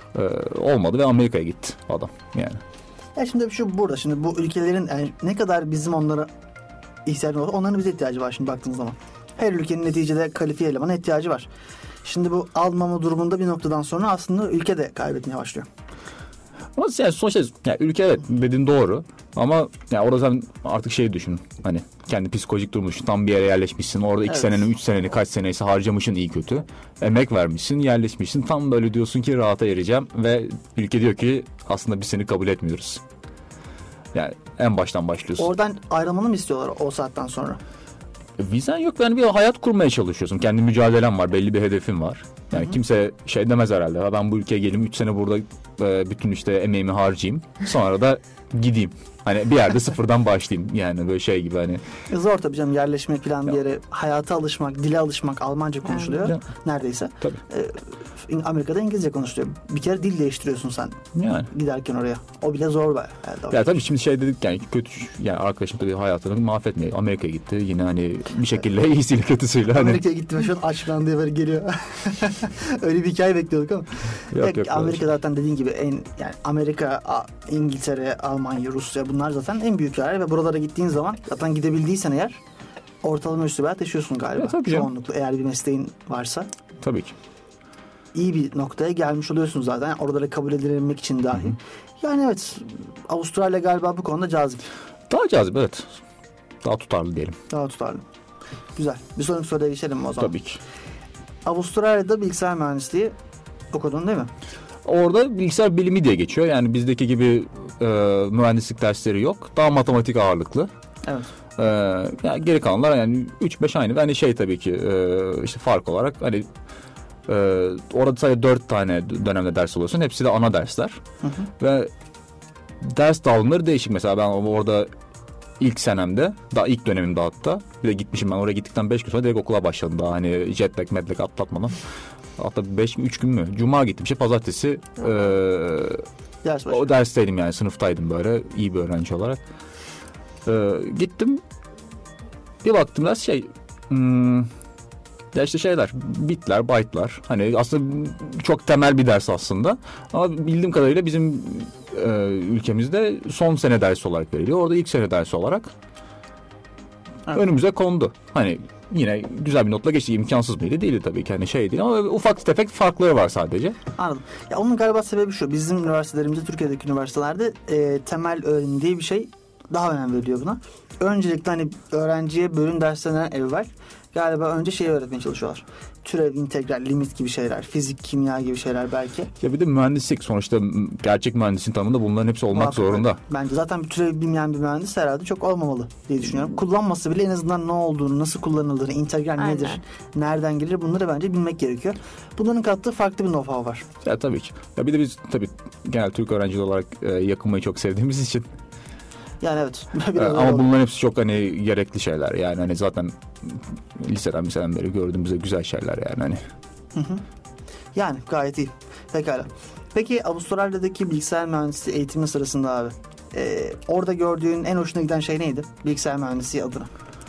Olmadı ve Amerika'ya gitti adam yani. Ya şimdi şu burada şimdi bu ülkelerin yani ne kadar bizim onlara ihtiyacımız var, onların bize ihtiyacı var şimdi baktığınız zaman. Her ülkenin neticede kalifiye elemana ihtiyacı var. Şimdi bu almama durumunda bir noktadan sonra aslında ülke de kaybetmeye başlıyor. Ama yani sonuçta yani ülke evet dediğin doğru. Ama yani orada sen artık şey düşün. Hani kendi psikolojik durumu düşün. Tam bir yere yerleşmişsin. Orada 2 seneni 3 seneni kaç seneyse harcamışsın iyi kötü. Emek vermişsin, yerleşmişsin. Tam böyle diyorsun ki rahata ereceğim. Ve ülke diyor ki aslında biz seni kabul etmiyoruz. Yani en baştan başlıyorsun. Oradan ayrılmanı mı istiyorlar o saatten sonra? Vizen yok. Yani bir hayat kurmaya çalışıyorsun. Kendi mücadelen var. Belli bir hedefin var. Yani kimse şey demez herhalde. Ben bu ülkeye geleyim 3 sene burada bütün işte emeğimi harcayayım. Sonra da gideyim. Hani bir yerde sıfırdan başlayayım. Yani böyle şey gibi hani. Zor tabii canım yerleşmek falan bir yere. Hayata alışmak, dile alışmak. Almanca konuşuluyor neredeyse. Tabii. Amerika'da İngilizce konuşuluyor. Bir kere dil değiştiriyorsun sen. Yani. Giderken oraya. O bile zor be. Ya tabii şimdi şey dedik yani kötü yani arkadaşım tabii hayatını mahvetmiyor. Amerika'ya gitti. Yine hani bir şekilde iyisiyle kötüsüyle. Hani. Amerika'ya gitti ve şu an aç falan diye böyle geliyor. Öyle bir hikaye bekliyorduk ama. Yok, Amerika zaten dediğin gibi yani Amerika, İngiltere, Almanya, Rusya bunlar zaten en büyük yerler ve buralara gittiğin zaman zaten gidebildiysen eğer ortalama üstü bir hayat yaşıyorsun galiba. Çoğunlukla eğer bir mesleğin varsa. Tabii ki. İyi bir noktaya gelmiş oluyorsun zaten. Yani oralara kabul edilebilmek için dahi. Hı-hı. Yani evet Avustralya galiba bu konuda cazip. Daha cazip evet. Daha tutarlı diyelim. Daha tutarlı. Güzel. Bir sonraki soruya geçelim mi o zaman? Tabii ki. Avustralya'da bilgisayar mühendisliği okudun değil mi? Orada bilgisayar bilimi diye geçiyor. Yani bizdeki gibi mühendislik dersleri yok. Daha matematik ağırlıklı. Evet. Yani geri kalanlar yani 3-5 aynı. Hani şey tabii ki işte fark olarak hani orada sadece 4 tane dönemde ders alıyorsun. Hepsi de ana dersler. Hı. Ve ders dağılımları değişik. Mesela ben orada ilk senemde, daha ilk dönemimde hatta. Bir de gitmişim ben oraya gittikten 5 gün sonra direkt okula başladım. Daha hani jet lag atlatmadan. Hatta 3 gün mü? Cuma gittim. İşte pazartesi o dersteydim yani sınıftaydım böyle iyi bir öğrenci olarak. Gittim. Bir baktım ders ya işte şeyler, bitler, byte'lar. Hani aslında çok temel bir ders aslında. Ama bildiğim kadarıyla bizim ülkemizde son sene dersi olarak veriliyor. Orada ilk sene dersi olarak önümüze kondu. Hani yine güzel bir notla geçti. İmkansız mıydı? Değildi tabii ki. Hani şey değil ama ufak tefek farkları var sadece. Anladım. Ya onun galiba sebebi şu. Bizim üniversitelerimizde, Türkiye'deki üniversitelerde temel öğrenim diye bir şey daha önem veriliyor buna. Öncelikle hani öğrenciye bölüm derslerinden evvel galiba önce şeyi öğretmeye çalışıyorlar. Türev, integral, limit gibi şeyler, fizik, kimya gibi şeyler belki. Ya bir de mühendislik sonuçta gerçek mühendisin tanımında bunların hepsi olmak zorunda. Bence zaten bir türev bilmeyen bir mühendis herhalde çok olmamalı diye düşünüyorum. Kullanması bile en azından ne olduğunu, nasıl kullanıldığını, integral nedir, nereden gelir bunları bence bilmek gerekiyor. Bunların kattığı farklı bir know-how var. Ya tabii ki. Ya bir de biz tabii genel Türk öğrenciler olarak yakınmayı çok sevdiğimiz için. Yani evet. Ama bunların hepsi çok hani gerekli şeyler. Yani hani zaten liseden beri gördüğümüzde güzel şeyler yani hani. Hı. Yani gayet iyi. Pekala. Peki Avustralya'daki bilgisayar mühendisliği eğitimi sırasında abi orada gördüğün en hoşuna giden şey neydi? Bilgisayar mühendisliği adına.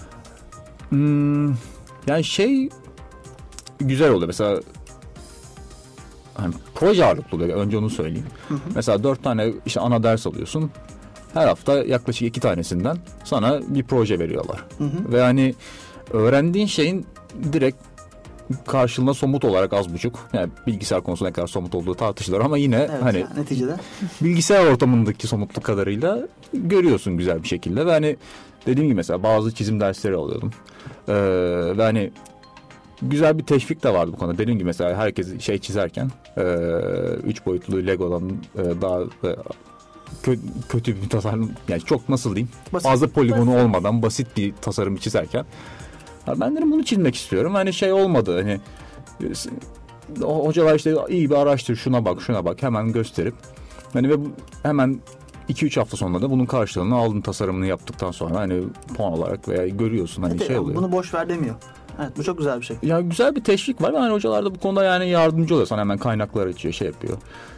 Yani şey güzel oluyor. Mesela hani proje ağırlıklı oluyor. Önce onu söyleyeyim. Hı. Mesela 4 tane işte ana ders alıyorsun. Her hafta yaklaşık 2 tanesinden sana bir proje veriyorlar. Hı. Ve hani öğrendiğin şeyin direkt karşılığında somut olarak az buçuk. Yani bilgisayar konusunda ne kadar somut olduğu tartışılır ama yine evet, hani yani neticede bilgisayar ortamındaki somutluk kadarıyla görüyorsun güzel bir şekilde. Ve hani dediğim gibi mesela bazı çizim dersleri alıyordum. Ve hani güzel bir teşvik de vardı bu konuda. Dediğim gibi mesela herkes şey çizerken 3 boyutlu Lego'dan daha kötü bir tasarım yani çok nasıl diyeyim fazla poligonu olmadan basit bir tasarım çizerken ben dedim bunu çizmek istiyorum hani şey olmadı hani hocalar işte iyi bir araştır şuna bak hemen gösterip hani ve hemen 2-3 hafta sonra da bunun karşılığını aldın tasarımını yaptıktan sonra hani puan olarak veya görüyorsun hani şey oluyor. Bunu boş ver demiyor. Evet bu çok güzel bir şey. Ya güzel bir teşvik var ve hani hocalar da bu konuda yani yardımcı oluyor sana hemen kaynaklar açıyor şey yapıyor.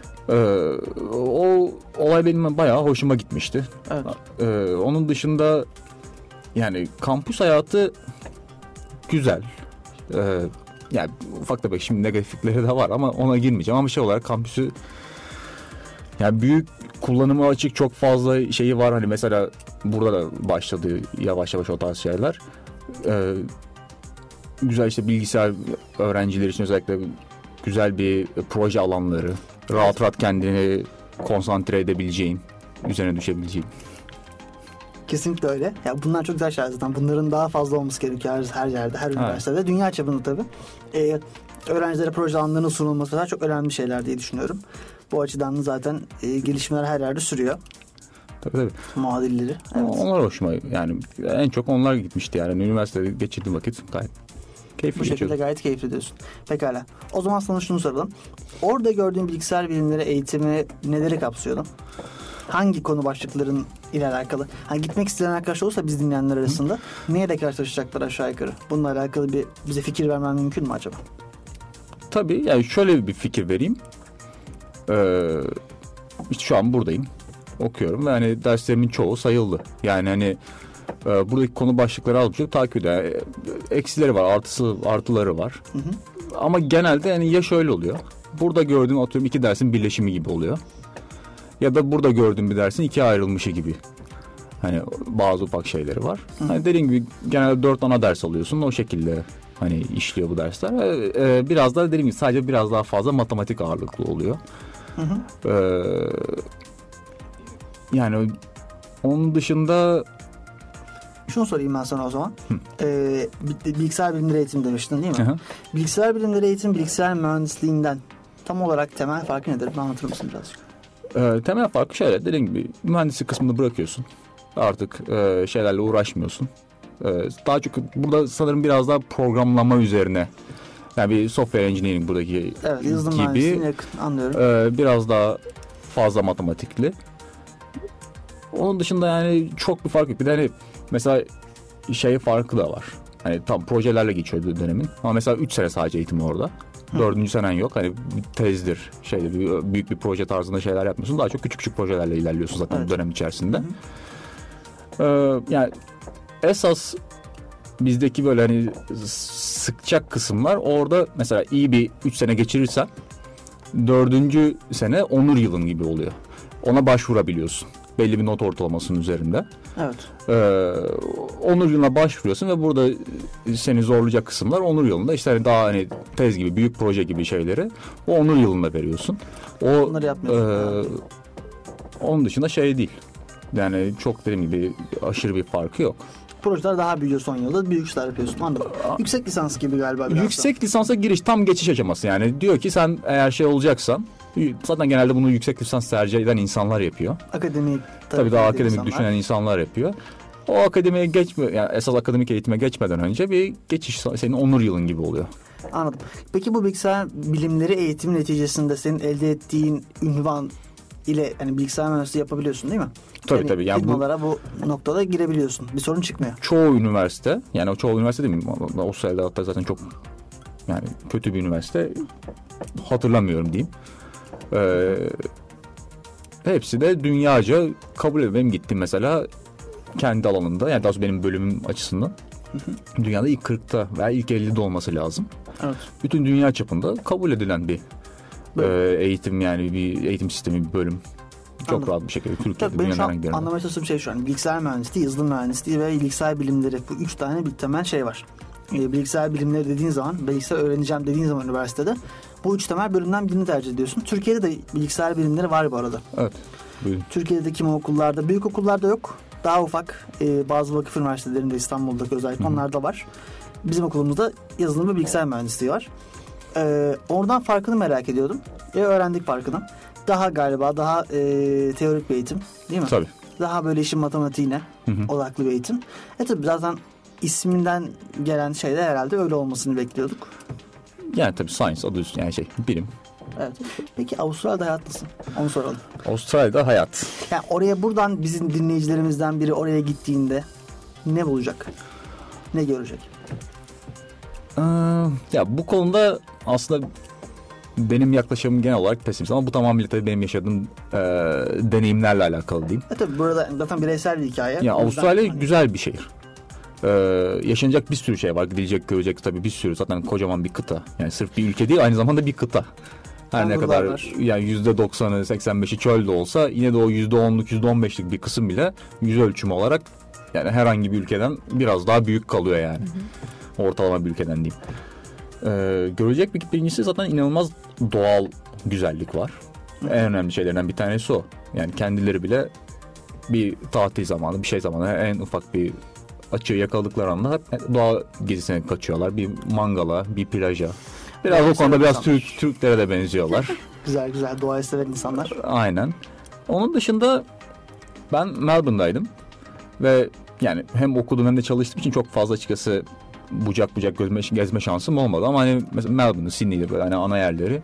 O olay benim bayağı hoşuma gitmişti. Evet. Onun dışında yani kampüs hayatı güzel. Yani ufak tefek şimdi negatiflikleri de var ama ona girmeyeceğim ama şey olarak kampüsü Yani büyük kullanıma açık çok fazla şeyi var. Hani mesela burada da başladı yavaş yavaş o tarz şeyler. Güzel işte bilgisayar öğrencileri için özellikle güzel bir proje alanları. Rahat rahat kendini konsantre edebileceğin, üzerine düşebileceğin. Kesinlikle öyle. Ya bunlar çok güzel şeyler zaten. Bunların daha fazla olması gerekiyor her yerde, her üniversitede. Dünya çapında tabii. Öğrencilere proje alanlarının sunulması falan çok önemli şeyler diye düşünüyorum. Bu açıdan da zaten gelişmeler her yerde sürüyor. Tabii. Muadilleri. Evet. Onlar hoşuma yani en çok onlar gitmişti yani. Üniversitede geçirdiğim vakit gayet keyifli Bu şekilde gayet keyifli diyorsun. Pekala. O zaman sana şunu soralım. Orada gördüğün bilgisayar bilimleri eğitimi neleri kapsıyordu? Hangi konu başlıkların ile alakalı? Hani gitmek isteyen arkadaşlar olursa biz dinleyenler arasında neyle karşılaşacaklar aşağı yukarı? Bununla alakalı bize fikir vermen mümkün mü acaba? Tabii yani şöyle bir fikir vereyim. İşte şu an buradayım. Okuyorum ve hani derslerimin çoğu sayıldı. Yani hani buradaki konu başlıkları alıp takip ediyor. Yani, eksileri var, artıları var. Hı hı. Ama genelde yani ya şöyle oluyor. Burada gördüğüm atıyorum 2 dersin birleşimi gibi oluyor. Ya da burada gördüğüm bir dersin 2'ye ayrılmışı gibi. Hani bazı ufak şeyleri var. Hani dediğim gibi genelde 4 ana ders alıyorsun. O şekilde hani işliyor bu dersler. Biraz daha dediğim gibi sadece biraz daha fazla matematik ağırlıklı oluyor. Hı hı. Yani onun dışında şunu sorayım ben sana o zaman. Bilgisayar bilimleri eğitimi demiştin değil mi? Hı. Bilgisayar bilimleri eğitimi bilgisayar mühendisliğinden tam olarak temel farkı nedir? Bana anlatır mısın birazcık? Temel farkı şöyle. Dediğim gibi mühendislik kısmını bırakıyorsun. Artık şeylerle uğraşmıyorsun. Daha çok burada sanırım biraz daha programlama üzerine. Yani bir software engineering buradaki yazılım gibi. Yakın, anlıyorum. Biraz daha fazla matematikli. Onun dışında yani çok bir fark yok. Bir de hani mesela şey farkı da var. Hani tam projelerle geçiyor dönemin. Ama mesela 3 sene sadece eğitim orada. 4. senen yok. Hani tezdir. Büyük bir proje tarzında şeyler yapmıyorsun. Daha çok küçük projelerle ilerliyorsun zaten dönem içerisinde. Yani esas bizdeki böyle hani sıkacak kısımlar orada mesela iyi bir 3 sene geçirirsen 4. sene onur yılın gibi oluyor. Ona başvurabiliyorsun. Belli bir not ortalamasının üzerinde. Evet. Onur yılına başvuruyorsun ve burada seni zorlayacak kısımlar onur yılında işte hani daha hani tez gibi büyük proje gibi şeyleri o onur yılında veriyorsun. Onları yapmıyorsun. Onun dışında şey değil. Yani çok dediğim gibi aşırı bir farkı yok. Projeler daha büyüyor son yılda. Büyük işler yapıyorsun. Anladım. Yüksek lisans gibi galiba biraz. Yüksek lisansa giriş tam geçiş aşaması yani. Diyor ki sen eğer şey olacaksan zaten genelde bunu yüksek lisans tercih eden insanlar yapıyor. Akademik. Tabii daha akademik düşünen insanlar yapıyor. O akademiye yani esas akademik eğitime geçmeden önce bir geçiş senin onur yılın gibi oluyor. Anladım. Peki bu bilgisayar bilimleri eğitimi neticesinde senin elde ettiğin ünvan ile yani bilgisayar mühendisliği yapabiliyorsun değil mi? Tabii. Yani firmalara bu noktada girebiliyorsun. Bir sorun çıkmıyor. Çoğu üniversite yani o çoğu üniversite değil mi? Avustralya'da hatta zaten çok yani kötü bir üniversite hatırlamıyorum diyeyim. Hepsi de dünyaca kabul ediyor. Benim gittiğim mesela kendi alanında yani daha sonra benim bölümüm açısından dünyada ilk 40'ta veya ilk 50'de olması lazım. Evet. Bütün dünya çapında kabul edilen bir eğitim yani bir eğitim sistemi bir bölüm. Çok rahat bir şekilde Türkiye'de dünyanın herhangi bir yerinde. Anlamaya çalıştığım şey şu an bilgisayar mühendisliği, yazılım mühendisliği ve bilgisayar bilimleri bu 3 tane bir temel şey var. Bilgisayar bilimleri dediğin zaman bilgisayar öğreneceğim dediğin zaman üniversitede bu 3 temel bölümden birini tercih ediyorsun. Türkiye'de de bilgisayar bilimleri var bu arada. Evet. Buyurun. Türkiye'de kimi okullarda, büyük okullarda yok. Daha ufak bazı vakıf üniversitelerinde İstanbul'daki özellikle onlarda var. Bizim okulumuzda yazılım ve bilgisayar mühendisliği var. Oradan farkını merak ediyordum. Öğrendik farkını. Daha galiba daha teorik bir eğitim değil mi? Tabii. Daha böyle işin matematiğine odaklı bir eğitim. Tabii zaten isminden gelen şeyde herhalde öyle olmasını bekliyorduk. Yani tabii science adı üstü yani bilim. Evet. Peki Avustralya'da hayat nasıl? Onu soralım. Avustralya'da hayat. Yani oraya buradan bizim dinleyicilerimizden biri oraya gittiğinde ne bulacak? Ne görecek? Ya bu konuda aslında benim yaklaşımım genel olarak pesimist ama bu tamamıyla tabii benim yaşadığım deneyimlerle alakalı diyeyim. Tabii burada zaten bireysel bir hikaye. Ya Avustralya güzel bir şehir. Yaşanacak bir sürü şey var. Gidilecek, görecek tabii bir sürü. Zaten kocaman bir kıta. Yani sırf bir ülke değil aynı zamanda bir kıta. Her ne kadar yani %90'ı 85'i çölde olsa yine de o %10'luk %15'lik bir kısım bile yüz ölçümü olarak yani herhangi bir ülkeden biraz daha büyük kalıyor yani. Ortalama bir ülkeden diyeyim. Görecek birincisi zaten inanılmaz doğal güzellik var. En önemli şeylerden bir tanesi o. Yani kendileri bile bir tatil zamanı, bir şey zamanı en ufak bir açığı yakaladıkları anda doğa gezisine kaçıyorlar. Bir mangala, bir plaja. Biraz o konuda biraz Türklere de benziyorlar. Güzel doğayı seven insanlar. Aynen. Onun dışında ben Melbourne'daydım ve yani hem okudum hem de çalıştığım için çok fazla açıkçası bucak gezme şansım olmadı ama hani mesela Melbourne'ı, Sydney'de böyle hani ana yerleri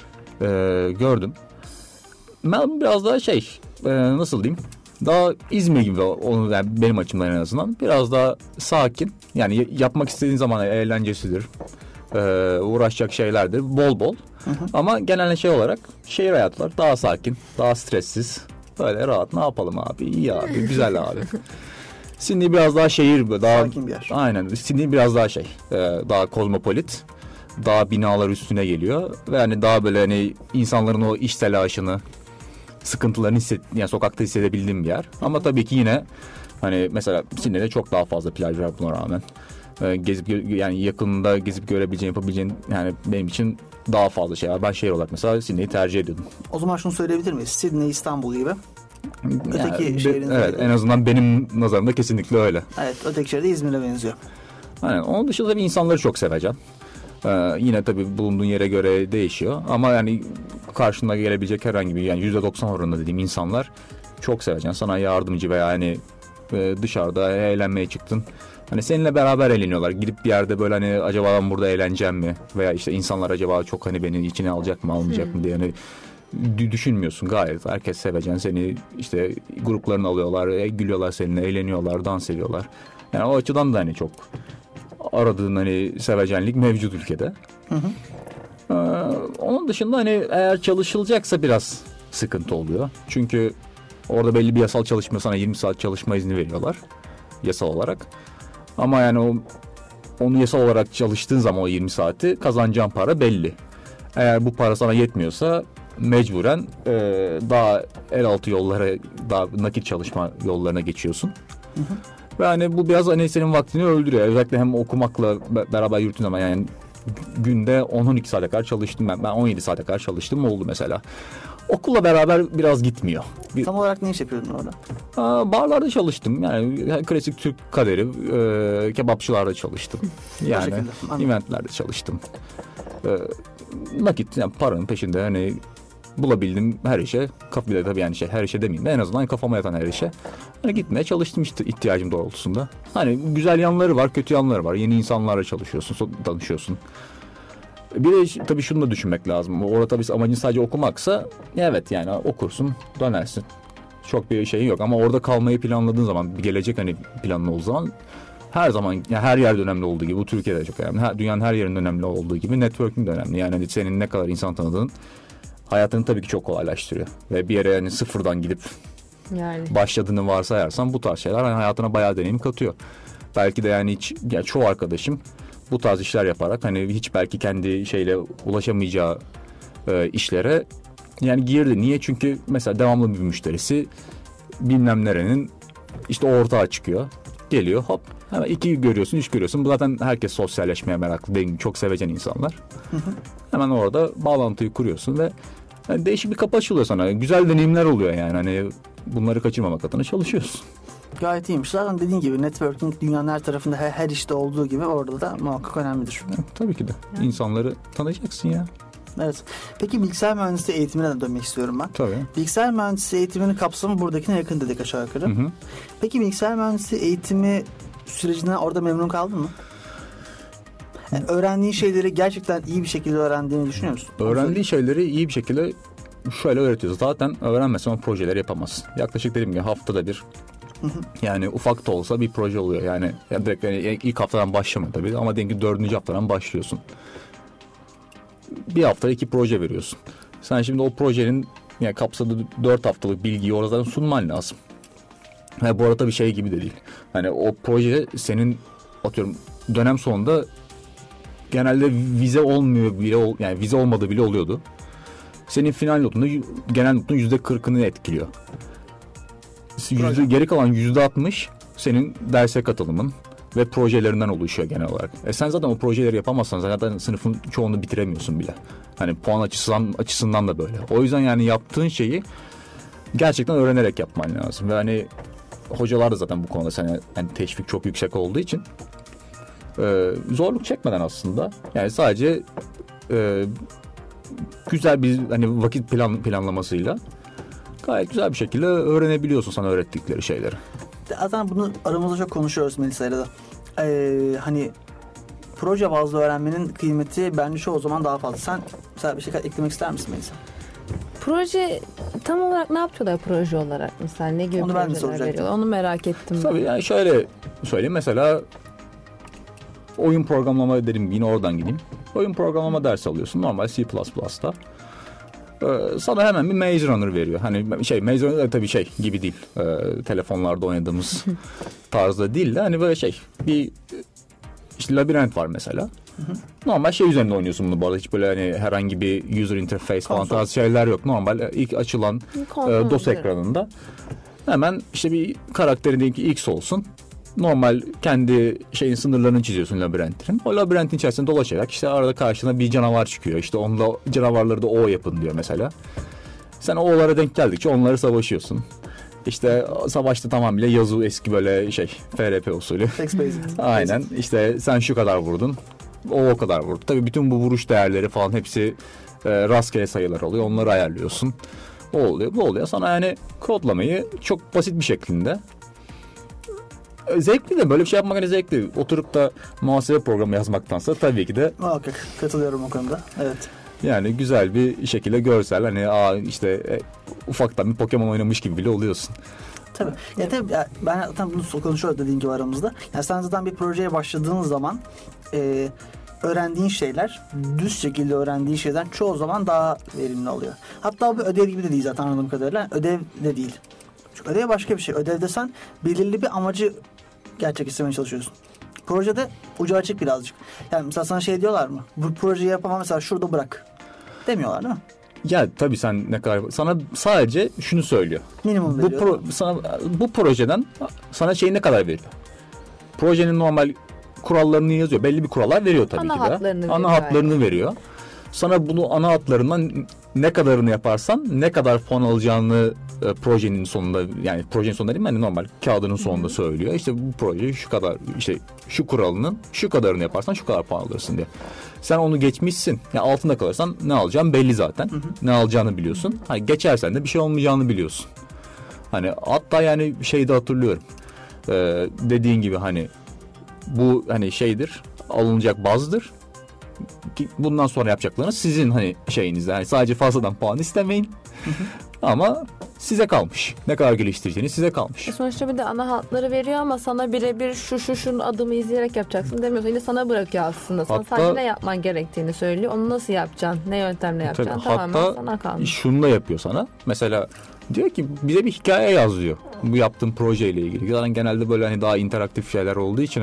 gördüm. Melbourne biraz daha nasıl diyeyim? Daha İzmir gibi onu yani benim açımdan en azından biraz daha sakin. Yani yapmak istediğin zaman eğlencesidir. Uğraşacak şeylerdir bol bol. Ama genel olarak şehir hayatları daha sakin, daha stressiz. Böyle rahat, ne yapalım abi? İyi abi, güzel abi. Sydney biraz daha şehir, daha sakin bir yer. Aynen. Sydney biraz daha daha kozmopolit. Daha binalar üstüne geliyor ve hani daha böyle hani insanların o iş telaşını, sıkıntılarını yani sokakta hissedebildiğim bir yer. Ama tabii ki yine hani mesela Sydney'de çok daha fazla plaj var buna rağmen. Yani yakında gezip görebileceğin, yapabileceğin yani benim için daha fazla şey var. Ben şehir olarak mesela Sydney'i tercih ediyordum. O zaman şunu söyleyebilir miyiz? Sydney, İstanbul gibi. Öteki şehrin evet, en azından benim nazarımda kesinlikle öyle. Evet, öteki şehirde İzmir'e benziyor. Aynen. Onun dışında tabii insanları çok seveceğim. Yine tabii bulunduğun yere göre değişiyor. Ama yani karşına gelebilecek herhangi bir yani %90 oranında dediğim insanlar çok seveceksin. Sana yardımcı veya hani dışarıda eğlenmeye çıktın. Hani seninle beraber eğleniyorlar. Gidip bir yerde böyle hani acaba ben burada eğleneceğim mi? Veya işte insanlar acaba çok hani beni içine alacak mı almayacak mı diye hani düşünmüyorsun gayet. Herkes seveceksin. Seni işte gruplarını alıyorlar, gülüyorlar seninle, eğleniyorlar, dans ediyorlar. Yani o açıdan da hani çok aradığın hani sevecenlik mevcut ülkede. Onun dışında hani eğer çalışılacaksa biraz sıkıntı oluyor. Çünkü orada belli bir yasal çalışma, sana 20 saat çalışma izni veriyorlar yasal olarak. Ama yani onu yasal olarak çalıştığın zaman o 20 saati kazanacağın para belli. Eğer bu para sana yetmiyorsa mecburen daha el altı yollara, daha nakit çalışma yollarına geçiyorsun. Ve hani bu biraz hani senin vaktini öldürüyor. Özellikle hem okumakla beraber yürüttüğün zaman yani günde 10-12 saate kadar çalıştım ben. Ben 17 saate kadar çalıştım oldu mesela. Okulla beraber biraz gitmiyor. Tam olarak ne iş yapıyordun orada? Barlarda çalıştım. Yani klasik Türk kaderi, kebapçılarda çalıştım. Yani eventlerde çalıştım. Nakit yani paranın peşinde hani bulabildim her işe. Bir de tabii yani her işe demeyeyim de en azından kafama yatan her işe. Hani gitmeye çalıştım işte ihtiyacım doğrultusunda. Hani güzel yanları var, kötü yanları var. Yeni insanlarla çalışıyorsun, tanışıyorsun. Bir de tabii şunu da düşünmek lazım. Orada tabii amacın sadece okumaksa evet yani okursun, dönersin. Çok bir şeyin yok ama orada kalmayı planladığın zaman, bir gelecek hani planlı olduğu zaman her zaman yani her yerde önemli olduğu gibi bu Türkiye'de çok önemli. Dünyanın her yerinde önemli olduğu gibi networking de önemli. Yani hani senin ne kadar insan tanıdığın hayatını tabii ki çok kolaylaştırıyor. Ve bir yere yani sıfırdan gidip başladığını varsayarsan bu tarz şeyler hani hayatına bayağı deneyim katıyor. Belki de yani çoğu arkadaşım bu tarz işler yaparak hani hiç belki kendi şeyle ulaşamayacağı işlere yani girdi. Niye? Çünkü mesela devamlı bir müşterisi bilmem nerenin işte ortağı çıkıyor. Geliyor hop hemen 2 görüyorsun 3 görüyorsun. Bu zaten herkes sosyalleşmeye meraklı. Benim çok sevecen insanlar. Hemen orada bağlantıyı kuruyorsun ve yani değişik bir kapı açılıyor sana. Güzel deneyimler oluyor yani. Hani bunları kaçırmamak adına çalışıyorsun. Gayet iyiymiş. Zaten dediğin gibi networking dünyanın her tarafında her işte olduğu gibi orada da muhakkak önemlidir. Evet, tabii ki de. İnsanları tanıyacaksın ya. Evet. Peki bilgisayar mühendisliği eğitimine de dönmek istiyorum ben. Tabii. Bilgisayar mühendisliği eğitiminin kapsamı buradakine yakın dedik aşağı yukarı. Peki bilgisayar mühendisliği eğitimi sürecinden orada memnun kaldın mı? Yani öğrendiğin şeyleri gerçekten iyi bir şekilde öğrendiğini düşünüyor musun? Öğrendiğin şeyleri iyi bir şekilde şöyle öğretiyoruz. Zaten öğrenmezsen o projeleri yapamazsın. Yaklaşık dediğim gibi haftada bir. Yani ufak da olsa bir proje oluyor. Yani direkt ilk haftadan başlama tabii ama diyelim ki 4. haftadan başlıyorsun. Bir hafta 2 proje veriyorsun. Sen şimdi o projenin yani kapsadığı 4 haftalık bilgiyi oradan sunman lazım. Bu arada bir şey gibi de değil. Hani o proje senin atıyorum dönem sonunda genelde vize olmuyor bile yani vize olmadığı bile oluyordu. senin final notunu, genel notun %40'ını etkiliyor. Geri kalan %60 senin derse katılımın ve projelerinden oluşuyor genel olarak. Sen zaten o projeleri yapamazsan zaten sınıfın çoğunu bitiremiyorsun bile. Hani puan açısından da böyle. O yüzden yani yaptığın şeyi gerçekten öğrenerek yapman lazım. Ve hani hocalar da zaten bu konuda sana yani teşvik çok yüksek olduğu için zorluk çekmeden aslında yani sadece güzel bir hani vakit planlamasıyla gayet güzel bir şekilde öğrenebiliyorsun sana öğrettikleri şeyleri. Zaten bunu aramızda çok konuşuyoruz Melisa'yla da. Hani proje bazlı öğrenmenin kıymeti bence çoğu zaman daha fazla. Sen mesela bir şey eklemek ister misin Melisa? Proje tam olarak ne yapıyorlar proje olarak mesela? Ne gibi onu projeler veriyor? Onu merak ettim. Tabii yani şöyle söyleyeyim mesela oyun programlama dedim yine oradan gideyim. Oyun programlama dersi alıyorsun normal C++'da. Sana hemen bir Maze Runner veriyor. Hani Maze Runner tabii gibi değil. Telefonlarda oynadığımız tarzda değil de hani böyle bir işte labirent var mesela. Normal üzerinde oynuyorsun bunu bu arada. Hiç böyle hani herhangi bir user interface falan tarzı şeyler yok. Normal ilk açılan DOS ekranında hemen işte bir karakterindeki X olsun. Normal kendi sınırlarını çiziyorsun labirentin. O labirentin içerisinde dolaşarak işte arada karşına bir canavar çıkıyor. İşte onunla canavarları da O yapın diyor mesela. Sen O'lara denk geldikçe onları savaşıyorsun. İşte savaşta tamamıyla yazı eski böyle FRP usulü. Aynen. İşte sen şu kadar vurdun. O kadar vurdu. Tabii bütün bu vuruş değerleri falan hepsi rastgele sayılar oluyor. Onları ayarlıyorsun. O oluyor, bu oluyor. Sana yani kodlamayı çok basit bir şeklinde. Zevkli de böyle bir şey yapmak zevkli. Oturup da muhasebe programı yazmaktansa tabii ki de. Muhakkak katılıyorum o konuda. Evet. Yani güzel bir şekilde görsel hani ufaktan bir Pokemon oynamış gibi bile oluyorsun. Tabii. Tabii ben zaten bunu konuşuyoruz dediğin gibi aramızda. Yani sen zaten bir projeye başladığın zaman öğrendiğin şeyler düz şekilde öğrendiğin şeyden çoğu zaman daha verimli oluyor. Hatta bu ödev gibi de değil zaten anladığım kadarıyla. Ödev de değil. Çünkü ödev başka bir şey. Ödevde sen belirli bir amacı gerçekleştirmeye çalışıyorsun. Projede ucu açık birazcık. Yani mesela sana diyorlar mı? Bu projeyi yapamam mesela şurada bırak. Demiyorlar değil mi? Ya tabii sen ne kadar sana sadece şunu söylüyor. Minimum veriyor. Bu projeden sana ne kadar veriyor? Projenin normal kurallarını yazıyor. Belli bir kurallar veriyor tabii ki de. Ana hatlarını veriyor. Sana bunu ana hatlarından ne kadarını yaparsan ne kadar puan alacağını projenin sonunda yani projenin sonunda değil mi? Yani normal kağıdının sonunda söylüyor. İşte bu proje şu kadar şu kuralının şu kadarını yaparsan şu kadar puan alırsın diye. Sen onu geçmişsin. Yani altında kalırsan ne alacağın belli zaten. Ne alacağını biliyorsun. Hani geçersen de bir şey olmayacağını biliyorsun. Hani hatta yani de hatırlıyorum. Dediğin gibi hani bu hani alınacak bazdır. Bundan sonra yapacaklarınız sizin şeyinizde. Yani sadece fazladan puan istemeyin. Ama size kalmış. Ne kadar geliştireceğiniz size kalmış. Sonuçta bir de ana hatları veriyor ama sana birebir şu adımı izleyerek yapacaksın demiyorsun. Yine sana bırakıyor aslında. Sana sadece ne yapman gerektiğini söylüyor. Onu nasıl yapacaksın? Ne yöntemle yapacaksın? Tamamen sana kalmış. Hatta şunu da yapıyor sana. Mesela diyor ki bize bir hikaye yaz diyor. Bu yaptığım projeyle ilgili. Zaten genelde böyle daha interaktif şeyler olduğu için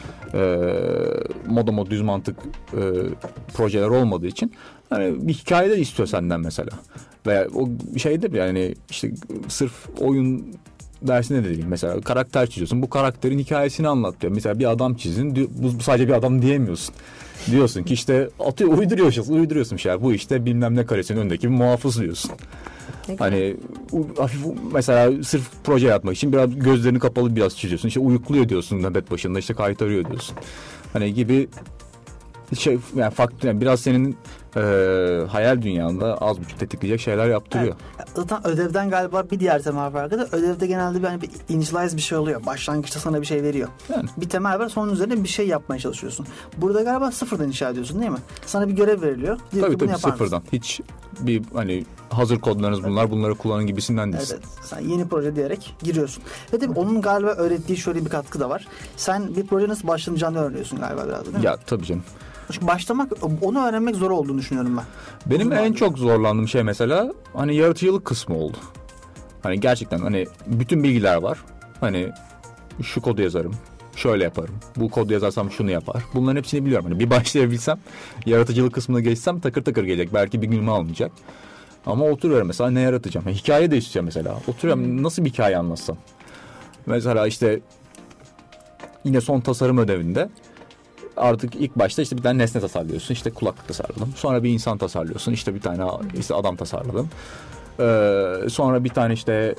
moda düz mantık projeler olmadığı için bir hikaye de istiyor senden mesela. Veya o yani sırf oyun dersinde de değil. Mesela karakter çiziyorsun. Bu karakterin hikayesini anlat diyor. Mesela bir adam çizdin. Bu sadece bir adam diyemiyorsun. Diyorsun ki uyduruyorsun şeyler. Bu bilmem ne karesinin önündeki bir muhafız diyorsun. Hani hafif mesela sırf proje yapmak için biraz gözlerini kapalı biraz çiziyorsun. Uyukluyor diyorsun nöbet başında kaytarıyor diyorsun. Hani gibi yani farklı yani biraz senin hayal dünyanda az buçuk tetikleyecek şeyler yaptırıyor. Evet. Zaten ödevden galiba bir diğer temel farkı da ödevde genelde bir initialize bir şey oluyor. Başlangıçta sana bir şey veriyor. Yani. Bir temel var sonra üzerine bir şey yapmaya çalışıyorsun. Burada galiba sıfırdan inşa ediyorsun değil mi? Sana bir görev veriliyor. Tabii sıfırdan. Hiç bir hazır kodlarınız bunları kullanın gibisinden değilsin. Evet. Sen yeni proje diyerek giriyorsun. Ve tabii onun galiba öğrettiği şöyle bir katkı da var. Sen bir proje nasıl başlanacağını öğreniyorsun galiba biraz değil mi? Ya tabii canım. Çünkü başlamak, onu öğrenmek zor olduğunu düşünüyorum ben. Benim en çok zorlandığım mesela yaratıcılık kısmı oldu. Gerçekten bütün bilgiler var. Şu kodu yazarım, şöyle yaparım. Bu kodu yazarsam şunu yapar. Bunların hepsini biliyorum. Bir başlayabilsem, yaratıcılık kısmına geçsem takır takır gelecek. Belki bir günümü almayacak. Ama oturuyorum mesela ne yaratacağım? Yani hikaye de istiyorum mesela. Oturuyorum nasıl bir hikaye anlatsam? Mesela işte yine son tasarım ödevinde artık ilk başta işte bir tane nesne tasarlıyorsun. İşte kulaklık tasarladım. Sonra bir insan tasarlıyorsun. İşte bir tane işte adam tasarladım. Sonra bir tane işte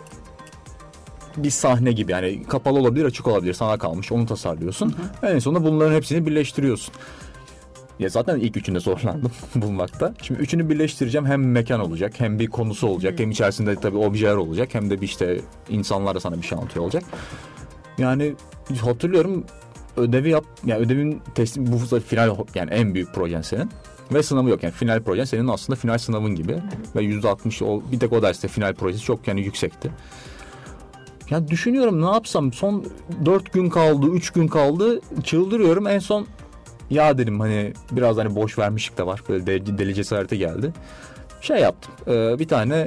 bir sahne gibi, yani kapalı olabilir, açık olabilir, sana kalmış, onu tasarlıyorsun. En sonunda bunların hepsini birleştiriyorsun. Ya zaten ilk üçünde zorlandım bulmakta. Şimdi üçünü birleştireceğim, hem mekan olacak, hem bir konusu olacak, hem içerisinde tabii objeler olacak, hem de bir işte insanlar da sana bir şey anlatıyor olacak. Yani hatırlıyorum yani ödevin teslim, bu final, yani en büyük projen senin. Ve sınavı yok, yani final projen senin aslında final sınavın gibi. Ve %60 bir tek o derste final projesi çok yani yüksekti. Yani düşünüyorum ne yapsam, son 4 gün kaldı, 3 gün kaldı, çıldırıyorum. En son ya dedim hani biraz hani boş vermişlik de var, böyle deli cesareti geldi. Şey yaptım, bir tane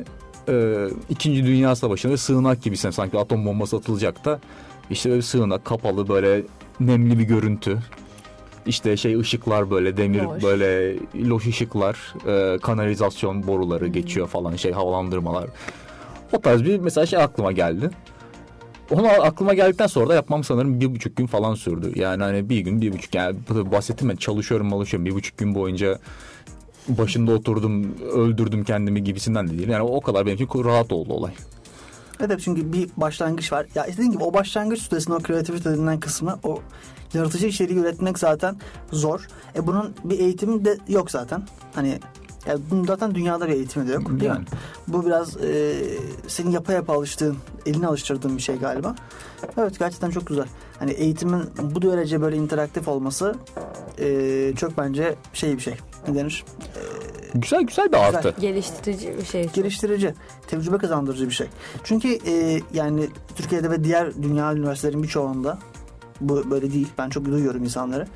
2. Dünya Savaşı'nda sığınak gibisine, sanki atom bombası atılacak da işte böyle sığınak, kapalı, böyle nemli bir görüntü. İşte ışıklar böyle demir, loş. Böyle loş ışıklar, kanalizasyon boruları geçiyor falan, havalandırmalar. O tarz bir mesela aklıma geldi. Onu aklıma geldikten sonra da yapmam sanırım 1,5 gün falan sürdü. Yani hani bir gün, 1,5, yani bahsettim ben, çalışıyorum 1,5 gün boyunca başında oturdum, öldürdüm kendimi gibisinden de değil. Yani o kadar benim için rahat oldu olay. Evet, çünkü bir başlangıç var. Ya dediğim gibi o başlangıç süresinde o kreativite denilen kısmı, o yaratıcı içeriği üretmek zaten zor. Bunun bir eğitimi de yok zaten. Hani yani bunun zaten dünyada bir eğitimi de yok, değil mi? Bu biraz senin yapa alıştığın, eline alıştırdığın bir şey galiba. Evet, gerçekten çok güzel. Hani eğitimin bu derece böyle interaktif olması çok bence bir şey. Ne denir? Güzel bir artı. Geliştirici bir şey. Geliştirici, tecrübe kazandırıcı bir şey. Çünkü yani Türkiye'de ve diğer dünya üniversitelerinin birçoğunda bu böyle değil. Ben çok duyuyorum insanları.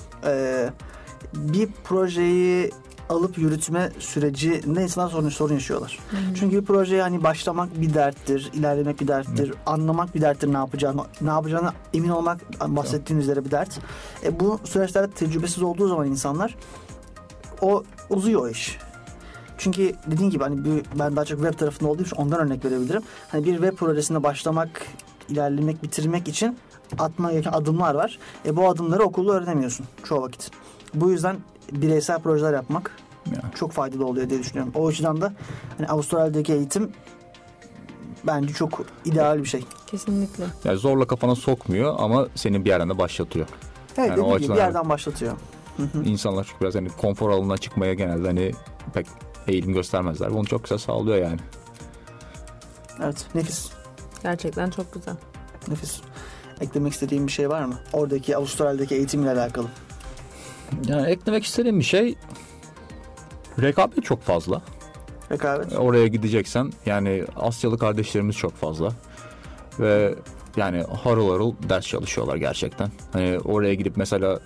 Bir projeyi alıp yürütme sürecinde insanlar sorun yaşıyorlar. Çünkü bir projeye hani başlamak bir derttir, ilerlemek bir derttir, anlamak bir derttir, ne yapacağını emin olmak, bahsettiğin üzere bir dert. Bu süreçlerde tecrübesiz olduğu zaman insanlar, o uzuyor o iş. Çünkü dediğin gibi hani ben daha çok web tarafında olduğum için ondan örnek verebilirim. Hani bir web projesine başlamak, ilerlemek, bitirmek için atman gereken adımlar var. Bu adımları okulda öğrenemiyorsun çoğu vakit. Bu yüzden bireysel projeler yapmak çok faydalı oluyor diye düşünüyorum. O açıdan da hani Avustralya'daki eğitim bence çok ideal bir şey. Kesinlikle. Yani zorla kafana sokmuyor ama seni bir yerden de başlatıyor. Evet, yani dediğim gibi bir yerden başlatıyor. İnsanlar çünkü biraz hani konfor alanına çıkmaya genelde hani pek eğilim göstermezler. Bunu çok güzel sağlıyor yani. Evet, nefis. Gerçekten çok güzel. Nefis. Eklemek istediğim bir şey var mı? Oradaki Avustralya'daki eğitimle alakalı. Yani eklemek istediğim bir şey, rekabet çok fazla. Rekabet. Oraya gideceksen yani Asyalı kardeşlerimiz çok fazla. Ve yani harıl harıl ders çalışıyorlar gerçekten. Hani oraya gidip mesela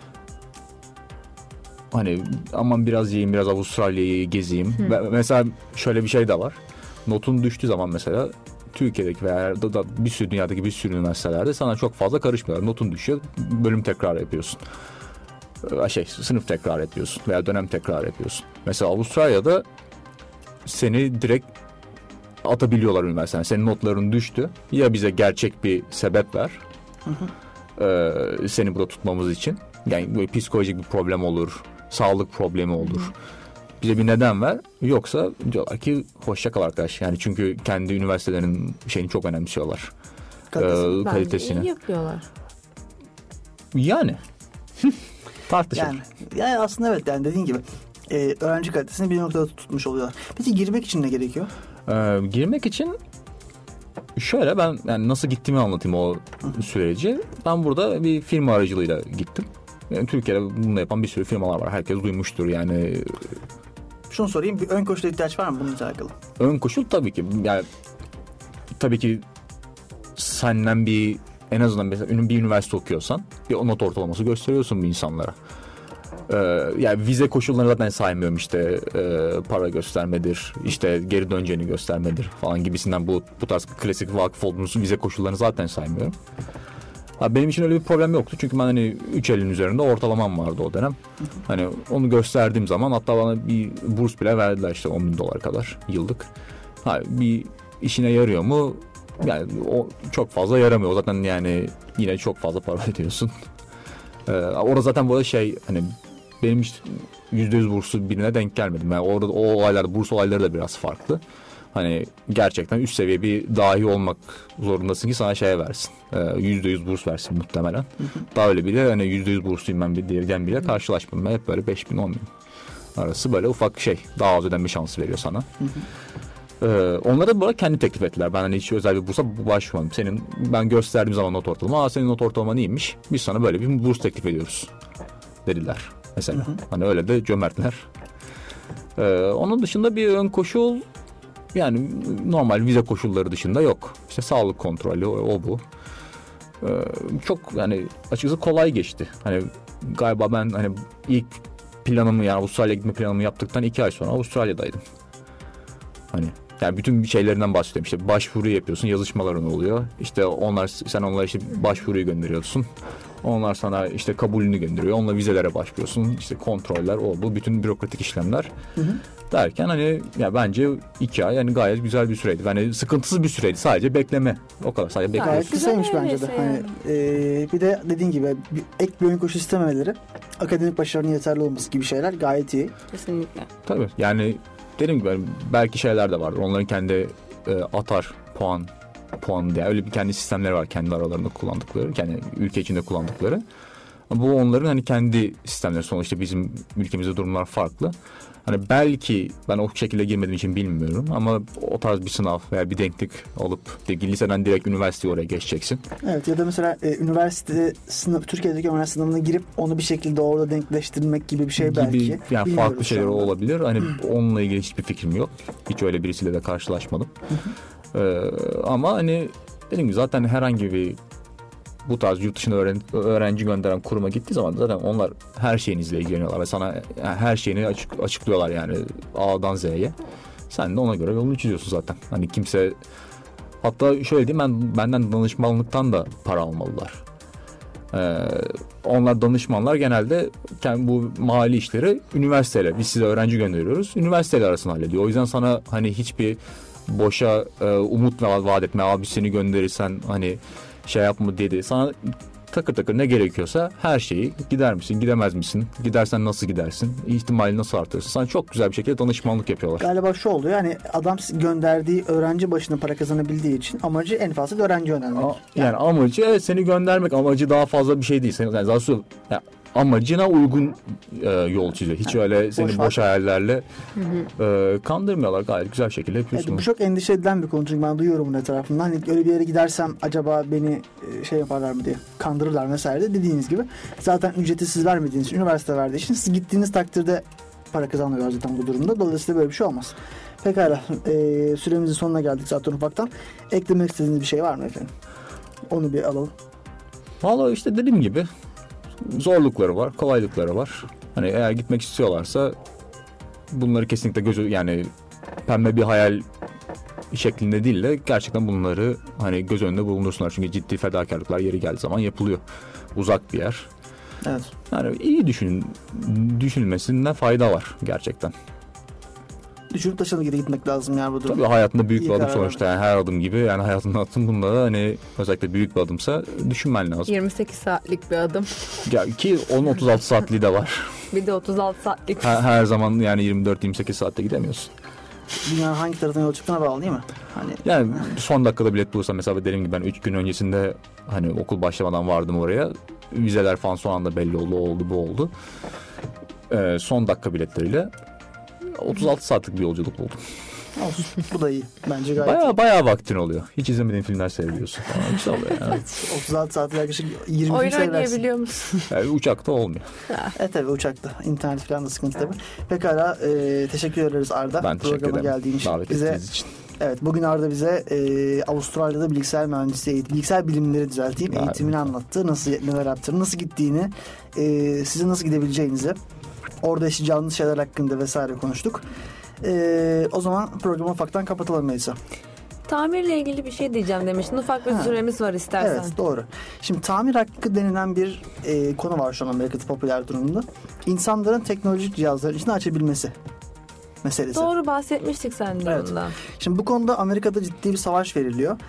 hani aman biraz yiyeyim, biraz Avustralya'yı gezeyim. Mesela şöyle bir şey de var. Notun düştüğü zaman mesela Türkiye'deki veya bir sürü dünyadaki bir sürü üniversitelerde sana çok fazla karışmıyorlar. Notun düşüyor, bölüm tekrar yapıyorsun. Sınıf tekrar yapıyorsun veya dönem tekrar yapıyorsun. Mesela Avustralya'da seni direkt atabiliyorlar üniversiteden. Senin notların düştü. Ya bize gerçek bir sebep ver. Seni burada tutmamız için. Yani böyle psikolojik bir problem olur, sağlık problemi olur. Bize bir neden ver. Yoksa diyorlar ki hoşça kal arkadaş. Yani çünkü kendi üniversitelerinin şeyini çok önemsiyorlar. Kalitesini. İyi yapıyorlar. Yani tartışılır. Yani aslında evet, yani dediğin gibi öğrenci kalitesini bir noktada tutmuş oluyorlar. Peki girmek için ne gerekiyor? Girmek için şöyle, ben yani nasıl gittiğimi anlatayım o süreci. Ben burada bir firma aracılığıyla gittim. Yani Türkiye'de bunu yapan bir sürü firmalar var. Herkes duymuştur yani. Şunu sorayım, bir ön koşula ihtiyaç var mı bununla alakalı? Ön koşul tabii ki. Yani tabii ki senden en azından mesela bir üniversite okuyorsan bir not ortalaması gösteriyorsun bu insanlara. Yani vize koşullarını zaten saymıyorum, işte para göstermedir, işte geri döneceğini göstermedir falan gibisinden, bu tarz klasik vakıf olduğunuz vize koşullarını zaten saymıyorum. Benim için öyle bir problem yoktu. Çünkü ben hani 3.50'nin üzerinde ortalamam vardı o dönem. Hani onu gösterdiğim zaman hatta bana bir burs bile verdiler işte $10.000 kadar yıllık. Bir işine yarıyor mu? Yani o çok fazla yaramıyor. Zaten yani yine çok fazla para ödüyorsun. Orada zaten bu arada hani benim işte %100 bursu birine denk gelmedim. Yani orada o olaylar, burs olayları da biraz farklı. Hani gerçekten üst seviye bir dahi olmak zorundasın ki sana versin. %100 burs versin muhtemelen. Daha öyle bile hani %100 bursluyum ben bir diyen bile karşılaşmadım. Ben hep böyle 5.000-10.000 arası böyle ufak daha az ödenme şansı veriyor sana. Onlara da bu arada kendi teklif ettiler. Ben hani hiç özel bir bursa başvurmadım. Ben gösterdiğim zaman not ortalama, senin not ortalaman iyiymiş. Biz sana böyle bir burs teklif ediyoruz dediler mesela. Hani öyle de cömertler. Onun dışında bir ön koşul yani normal vize koşulları dışında yok. İşte sağlık kontrolü o bu. Çok yani açıkçası kolay geçti. Hani galiba ben hani ilk planımı yani Avustralya'ya gitme planımı yaptıktan 2 ay sonra Avustralya'daydım. Hani yani bütün şeylerinden bahsediyorum. İşte başvuru yapıyorsun, yazışmaların oluyor. İşte sen onlara işte başvuruyu gönderiyorsun. Onlar sana işte kabulünü gönderiyor. Onunla vizelere başvuruyorsun. İşte kontroller, bu bütün bürokratik işlemler. Derken hani ya bence 2 ay yani gayet güzel bir süreydi. Yani sıkıntısız bir süreydi. Sadece bekleme. O kadar sadece bekleme. Gayet kısaymış bence de. Hani, bir de dediğin gibi ek bir ön koşu istememeleri, akademik başarının yeterli olması gibi şeyler gayet iyi. Kesinlikle. Tabii yani dediğim gibi belki şeyler de vardır. Onların kendi atar puan diye öyle bir kendi sistemleri var kendi aralarında kullandıkları, kendi ülke içinde kullandıkları. Bu onların hani kendi sistemleri, sonuçta bizim ülkemizde durumlar farklı. Hani belki ben o şekilde girmediğim için bilmiyorum ama o tarz bir sınav veya bir denklik alıp liseden direkt üniversiteye oraya geçeceksin. Evet, ya da mesela üniversite Türkiye'deki üniversite sınavına girip onu bir şekilde orada denkleştirmek gibi bir şey belki. Yani farklı şeyler olabilir. Hani onunla ilgili hiçbir fikrim yok. Hiç öyle birisiyle de karşılaşmadım. Ama hani dediğim gibi zaten herhangi bir bu tarz yurt dışında öğrenci gönderen kuruma gittiği zaman zaten onlar her şeyinizle ilgileniyorlar ve sana her şeyini açıklıyorlar yani A'dan Z'ye. Sen de ona göre yolunu çiziyorsun zaten. Hani kimse, hatta şöyle diyeyim, benden danışmanlıktan da para almalılar. Onlar danışmanlar genelde bu mali işleri üniversiteyle, biz size öğrenci gönderiyoruz, üniversiteyle arasında hallediyor. O yüzden sana hani hiçbir boşa umut vaat etme, abi seni gönderirsen hani yapma dedi. Sana takır takır ne gerekiyorsa her şeyi, gider misin, gidemez misin, gidersen nasıl gidersin, ihtimali nasıl artırırsın, sana çok güzel bir şekilde danışmanlık yapıyorlar. Galiba şu oluyor, yani adam gönderdiği öğrenci başına para kazanabildiği için amacı en fazla öğrenci göndermek. Yani amacı seni göndermek, amacı daha fazla bir şey değil. Yani daha sonra amacına uygun yol çiziyor. Hiç öyle seni boş hayallerle kandırmıyorlar. Gayet güzel şekilde yapıyorsun. Evet, bu çok endişe edilen bir konu, çünkü ben duyuyorum bunun etrafından. Hani öyle bir yere gidersem acaba beni yaparlar mı diye, kandırırlar vesaire de, dediğiniz gibi. Zaten ücreti siz vermediğiniz için, üniversite verdiği için siz gittiğiniz takdirde para kazanıyorlar zaten bu durumda. Dolayısıyla böyle bir şey olmaz. Pekala. Süremizin sonuna geldik zaten ufaktan. Eklemek istediğiniz bir şey var mı efendim? Onu bir alalım. Vallahi işte dediğim gibi zorlukları var, kolaylıkları var. Hani eğer gitmek istiyorlarsa bunları kesinlikle yani pembe bir hayal şeklinde değil de gerçekten bunları hani göz önünde bulundursunlar. Çünkü ciddi fedakarlıklar yeri geldiği zaman yapılıyor. Uzak bir yer. Evet. Yani iyi düşünülmesine fayda var gerçekten. Düşünüp taşına gitmek lazım yani bu durum. Tabii hayatında büyük bir adım sonuçta. Yani her adım gibi, yani hayatında atın bunda da hani özellikle büyük bir adımsa düşünmen lazım. 28 saatlik bir adım. Ya ki onun 36 saatliği de var. Bir de 36 saatlik. Her zaman yani 24-28 saatte gidemiyorsun. Dünyanın hangi tarafından yol çıktığına bağlı değil mi? Hani... Yani son dakikada bilet bulursam, mesela dediğim gibi ben 3 gün öncesinde hani okul başlamadan vardım oraya. Vizeler falan son anda belli oldu, bu oldu. Son dakika biletleriyle 36 saatlik bir yolculuk buldum. Olsun. Bu da iyi. Bence gayet bayağı vaktin oluyor. Hiç izlemediğin filmler seyrediyorsun. Güzel oluyor yani. 36 saat yaklaşık 20 gün oyun seyredersin. oynayabiliyor musun? Yani uçakta olmuyor. Tabii uçakta. İnternet falan da sıkıntı tabii. Pekala, teşekkür ederiz Arda. Ben teşekkür ederim. Geldiğin için. Davet ettiğiniz için. Evet, bugün Arda bize Avustralya'da bilgisayar mühendisliği, bilgisayar bilimleri eğitimini anlattı. Neler yaptığını, nasıl gittiğini, size nasıl gidebileceğinizi, orada yaşayacağınız şeyler hakkında vesaire konuştuk. O zaman programı ufaktan kapatalım Melisa. tamirle ilgili bir şey diyeceğim demiştin. Ufak bir süremiz var istersen. Evet, doğru. Şimdi tamir hakkı denilen bir konu var şu an Amerika'da popüler durumda. İnsanların teknolojik cihazların içini açabilmesi meselesi. Doğru, bahsetmiştik seninle Evet. ondan. Şimdi bu konuda Amerika'da ciddi bir savaş veriliyor.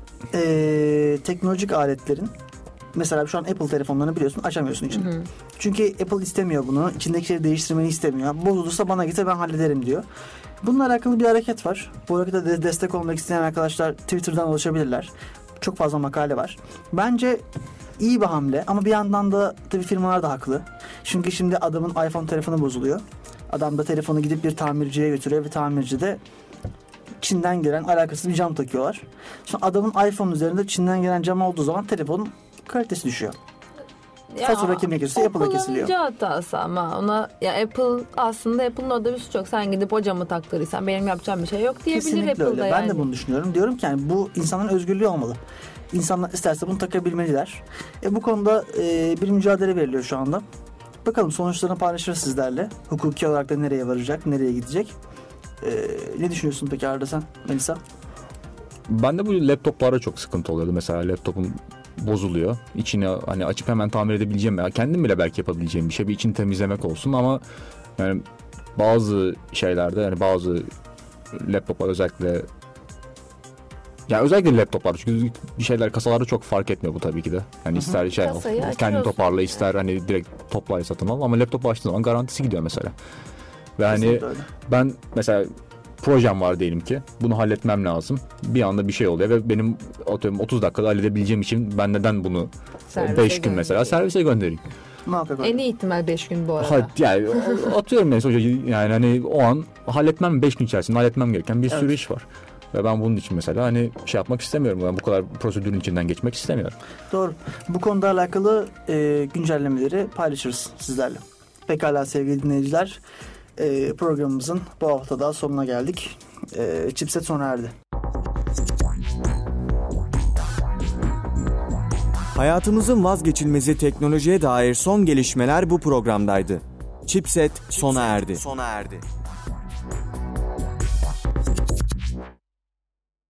Teknolojik aletlerin, mesela şu an Apple telefonlarını biliyorsun, açamıyorsun içini. Çünkü Apple istemiyor bunu. İçindeki şeyi değiştirmeni istemiyor. Bozulursa bana gitse ben hallederim diyor. Bununla alakalı bir hareket var. Bu harekete de destek olmak isteyen arkadaşlar Twitter'dan ulaşabilirler. Çok fazla makale var. Bence iyi bir hamle ama bir yandan da tabii firmalar da haklı. Çünkü şimdi adamın iPhone telefonu bozuluyor. Adam da telefonu gidip bir tamirciye götürüyor ve tamirci de Çin'den gelen alakasız bir cam takıyorlar. Sonra adamın iPhone üzerinde Çin'den gelen cam olduğu zaman telefonun kalitesi düşüyor. Fatura kime kesiliyor? Apple'a kesiliyor. Kullanıcı hatası ama ona ya Apple'ın orada bir suç yok. Sen gidip o camı taktırırsan benim yapacağım bir şey yok diyebilir Kesinlikle Apple'da öyle. yani. Ben de bunu düşünüyorum. Diyorum ki yani bu insanların özgürlüğü olmalı. İnsanlar isterse bunu takabilmeliler. Bu konuda bir mücadele veriliyor şu anda. Bakalım sonuçlarını paylaşırız sizlerle. Hukuki olarak da nereye varacak, nereye gidecek. Ne düşünüyorsun peki Arda sen, Melisa? Ben de bu laptoplarda çok sıkıntı oluyordu. Mesela laptopum bozuluyor. İçini hani açıp hemen tamir edebileceğim veya kendim bile belki yapabileceğim bir şey. Bir içini temizlemek olsun ama yani bazı şeylerde, yani bazı laptoplar özellikle, yani özellikle laptoplar, çünkü bir şeyler kasalarda çok fark etmiyor bu tabii ki de. Yani ister şey kendin toparla, ister hani direkt toplayı satın al, ama laptop açtığın zaman garantisi gidiyor mesela. Ve hani ben mesela projem var diyelim ki, bunu halletmem lazım. Bir anda bir şey oluyor ve benim atıyorum 30 dakikada halledebileceğim için ben neden bunu 5 gün mesela servise göndereyim? En iyi ihtimal 5 gün bu arada. Yani atıyorum mesela, yani hani o an halletmem, 5 gün içerisinde halletmem gereken bir sürü iş var. Ve ben bunun için mesela hani şey yapmak istemiyorum. Ben bu kadar prosedürün içinden geçmek istemiyorum. Doğru. Bu konuda alakalı güncellemeleri paylaşırız sizlerle. Pekala sevgili dinleyiciler. Programımızın bu hafta daha sonuna geldik. Chipset sona erdi. Hayatımızın vazgeçilmezi teknolojiye dair son gelişmeler bu programdaydı. Chipset sona erdi.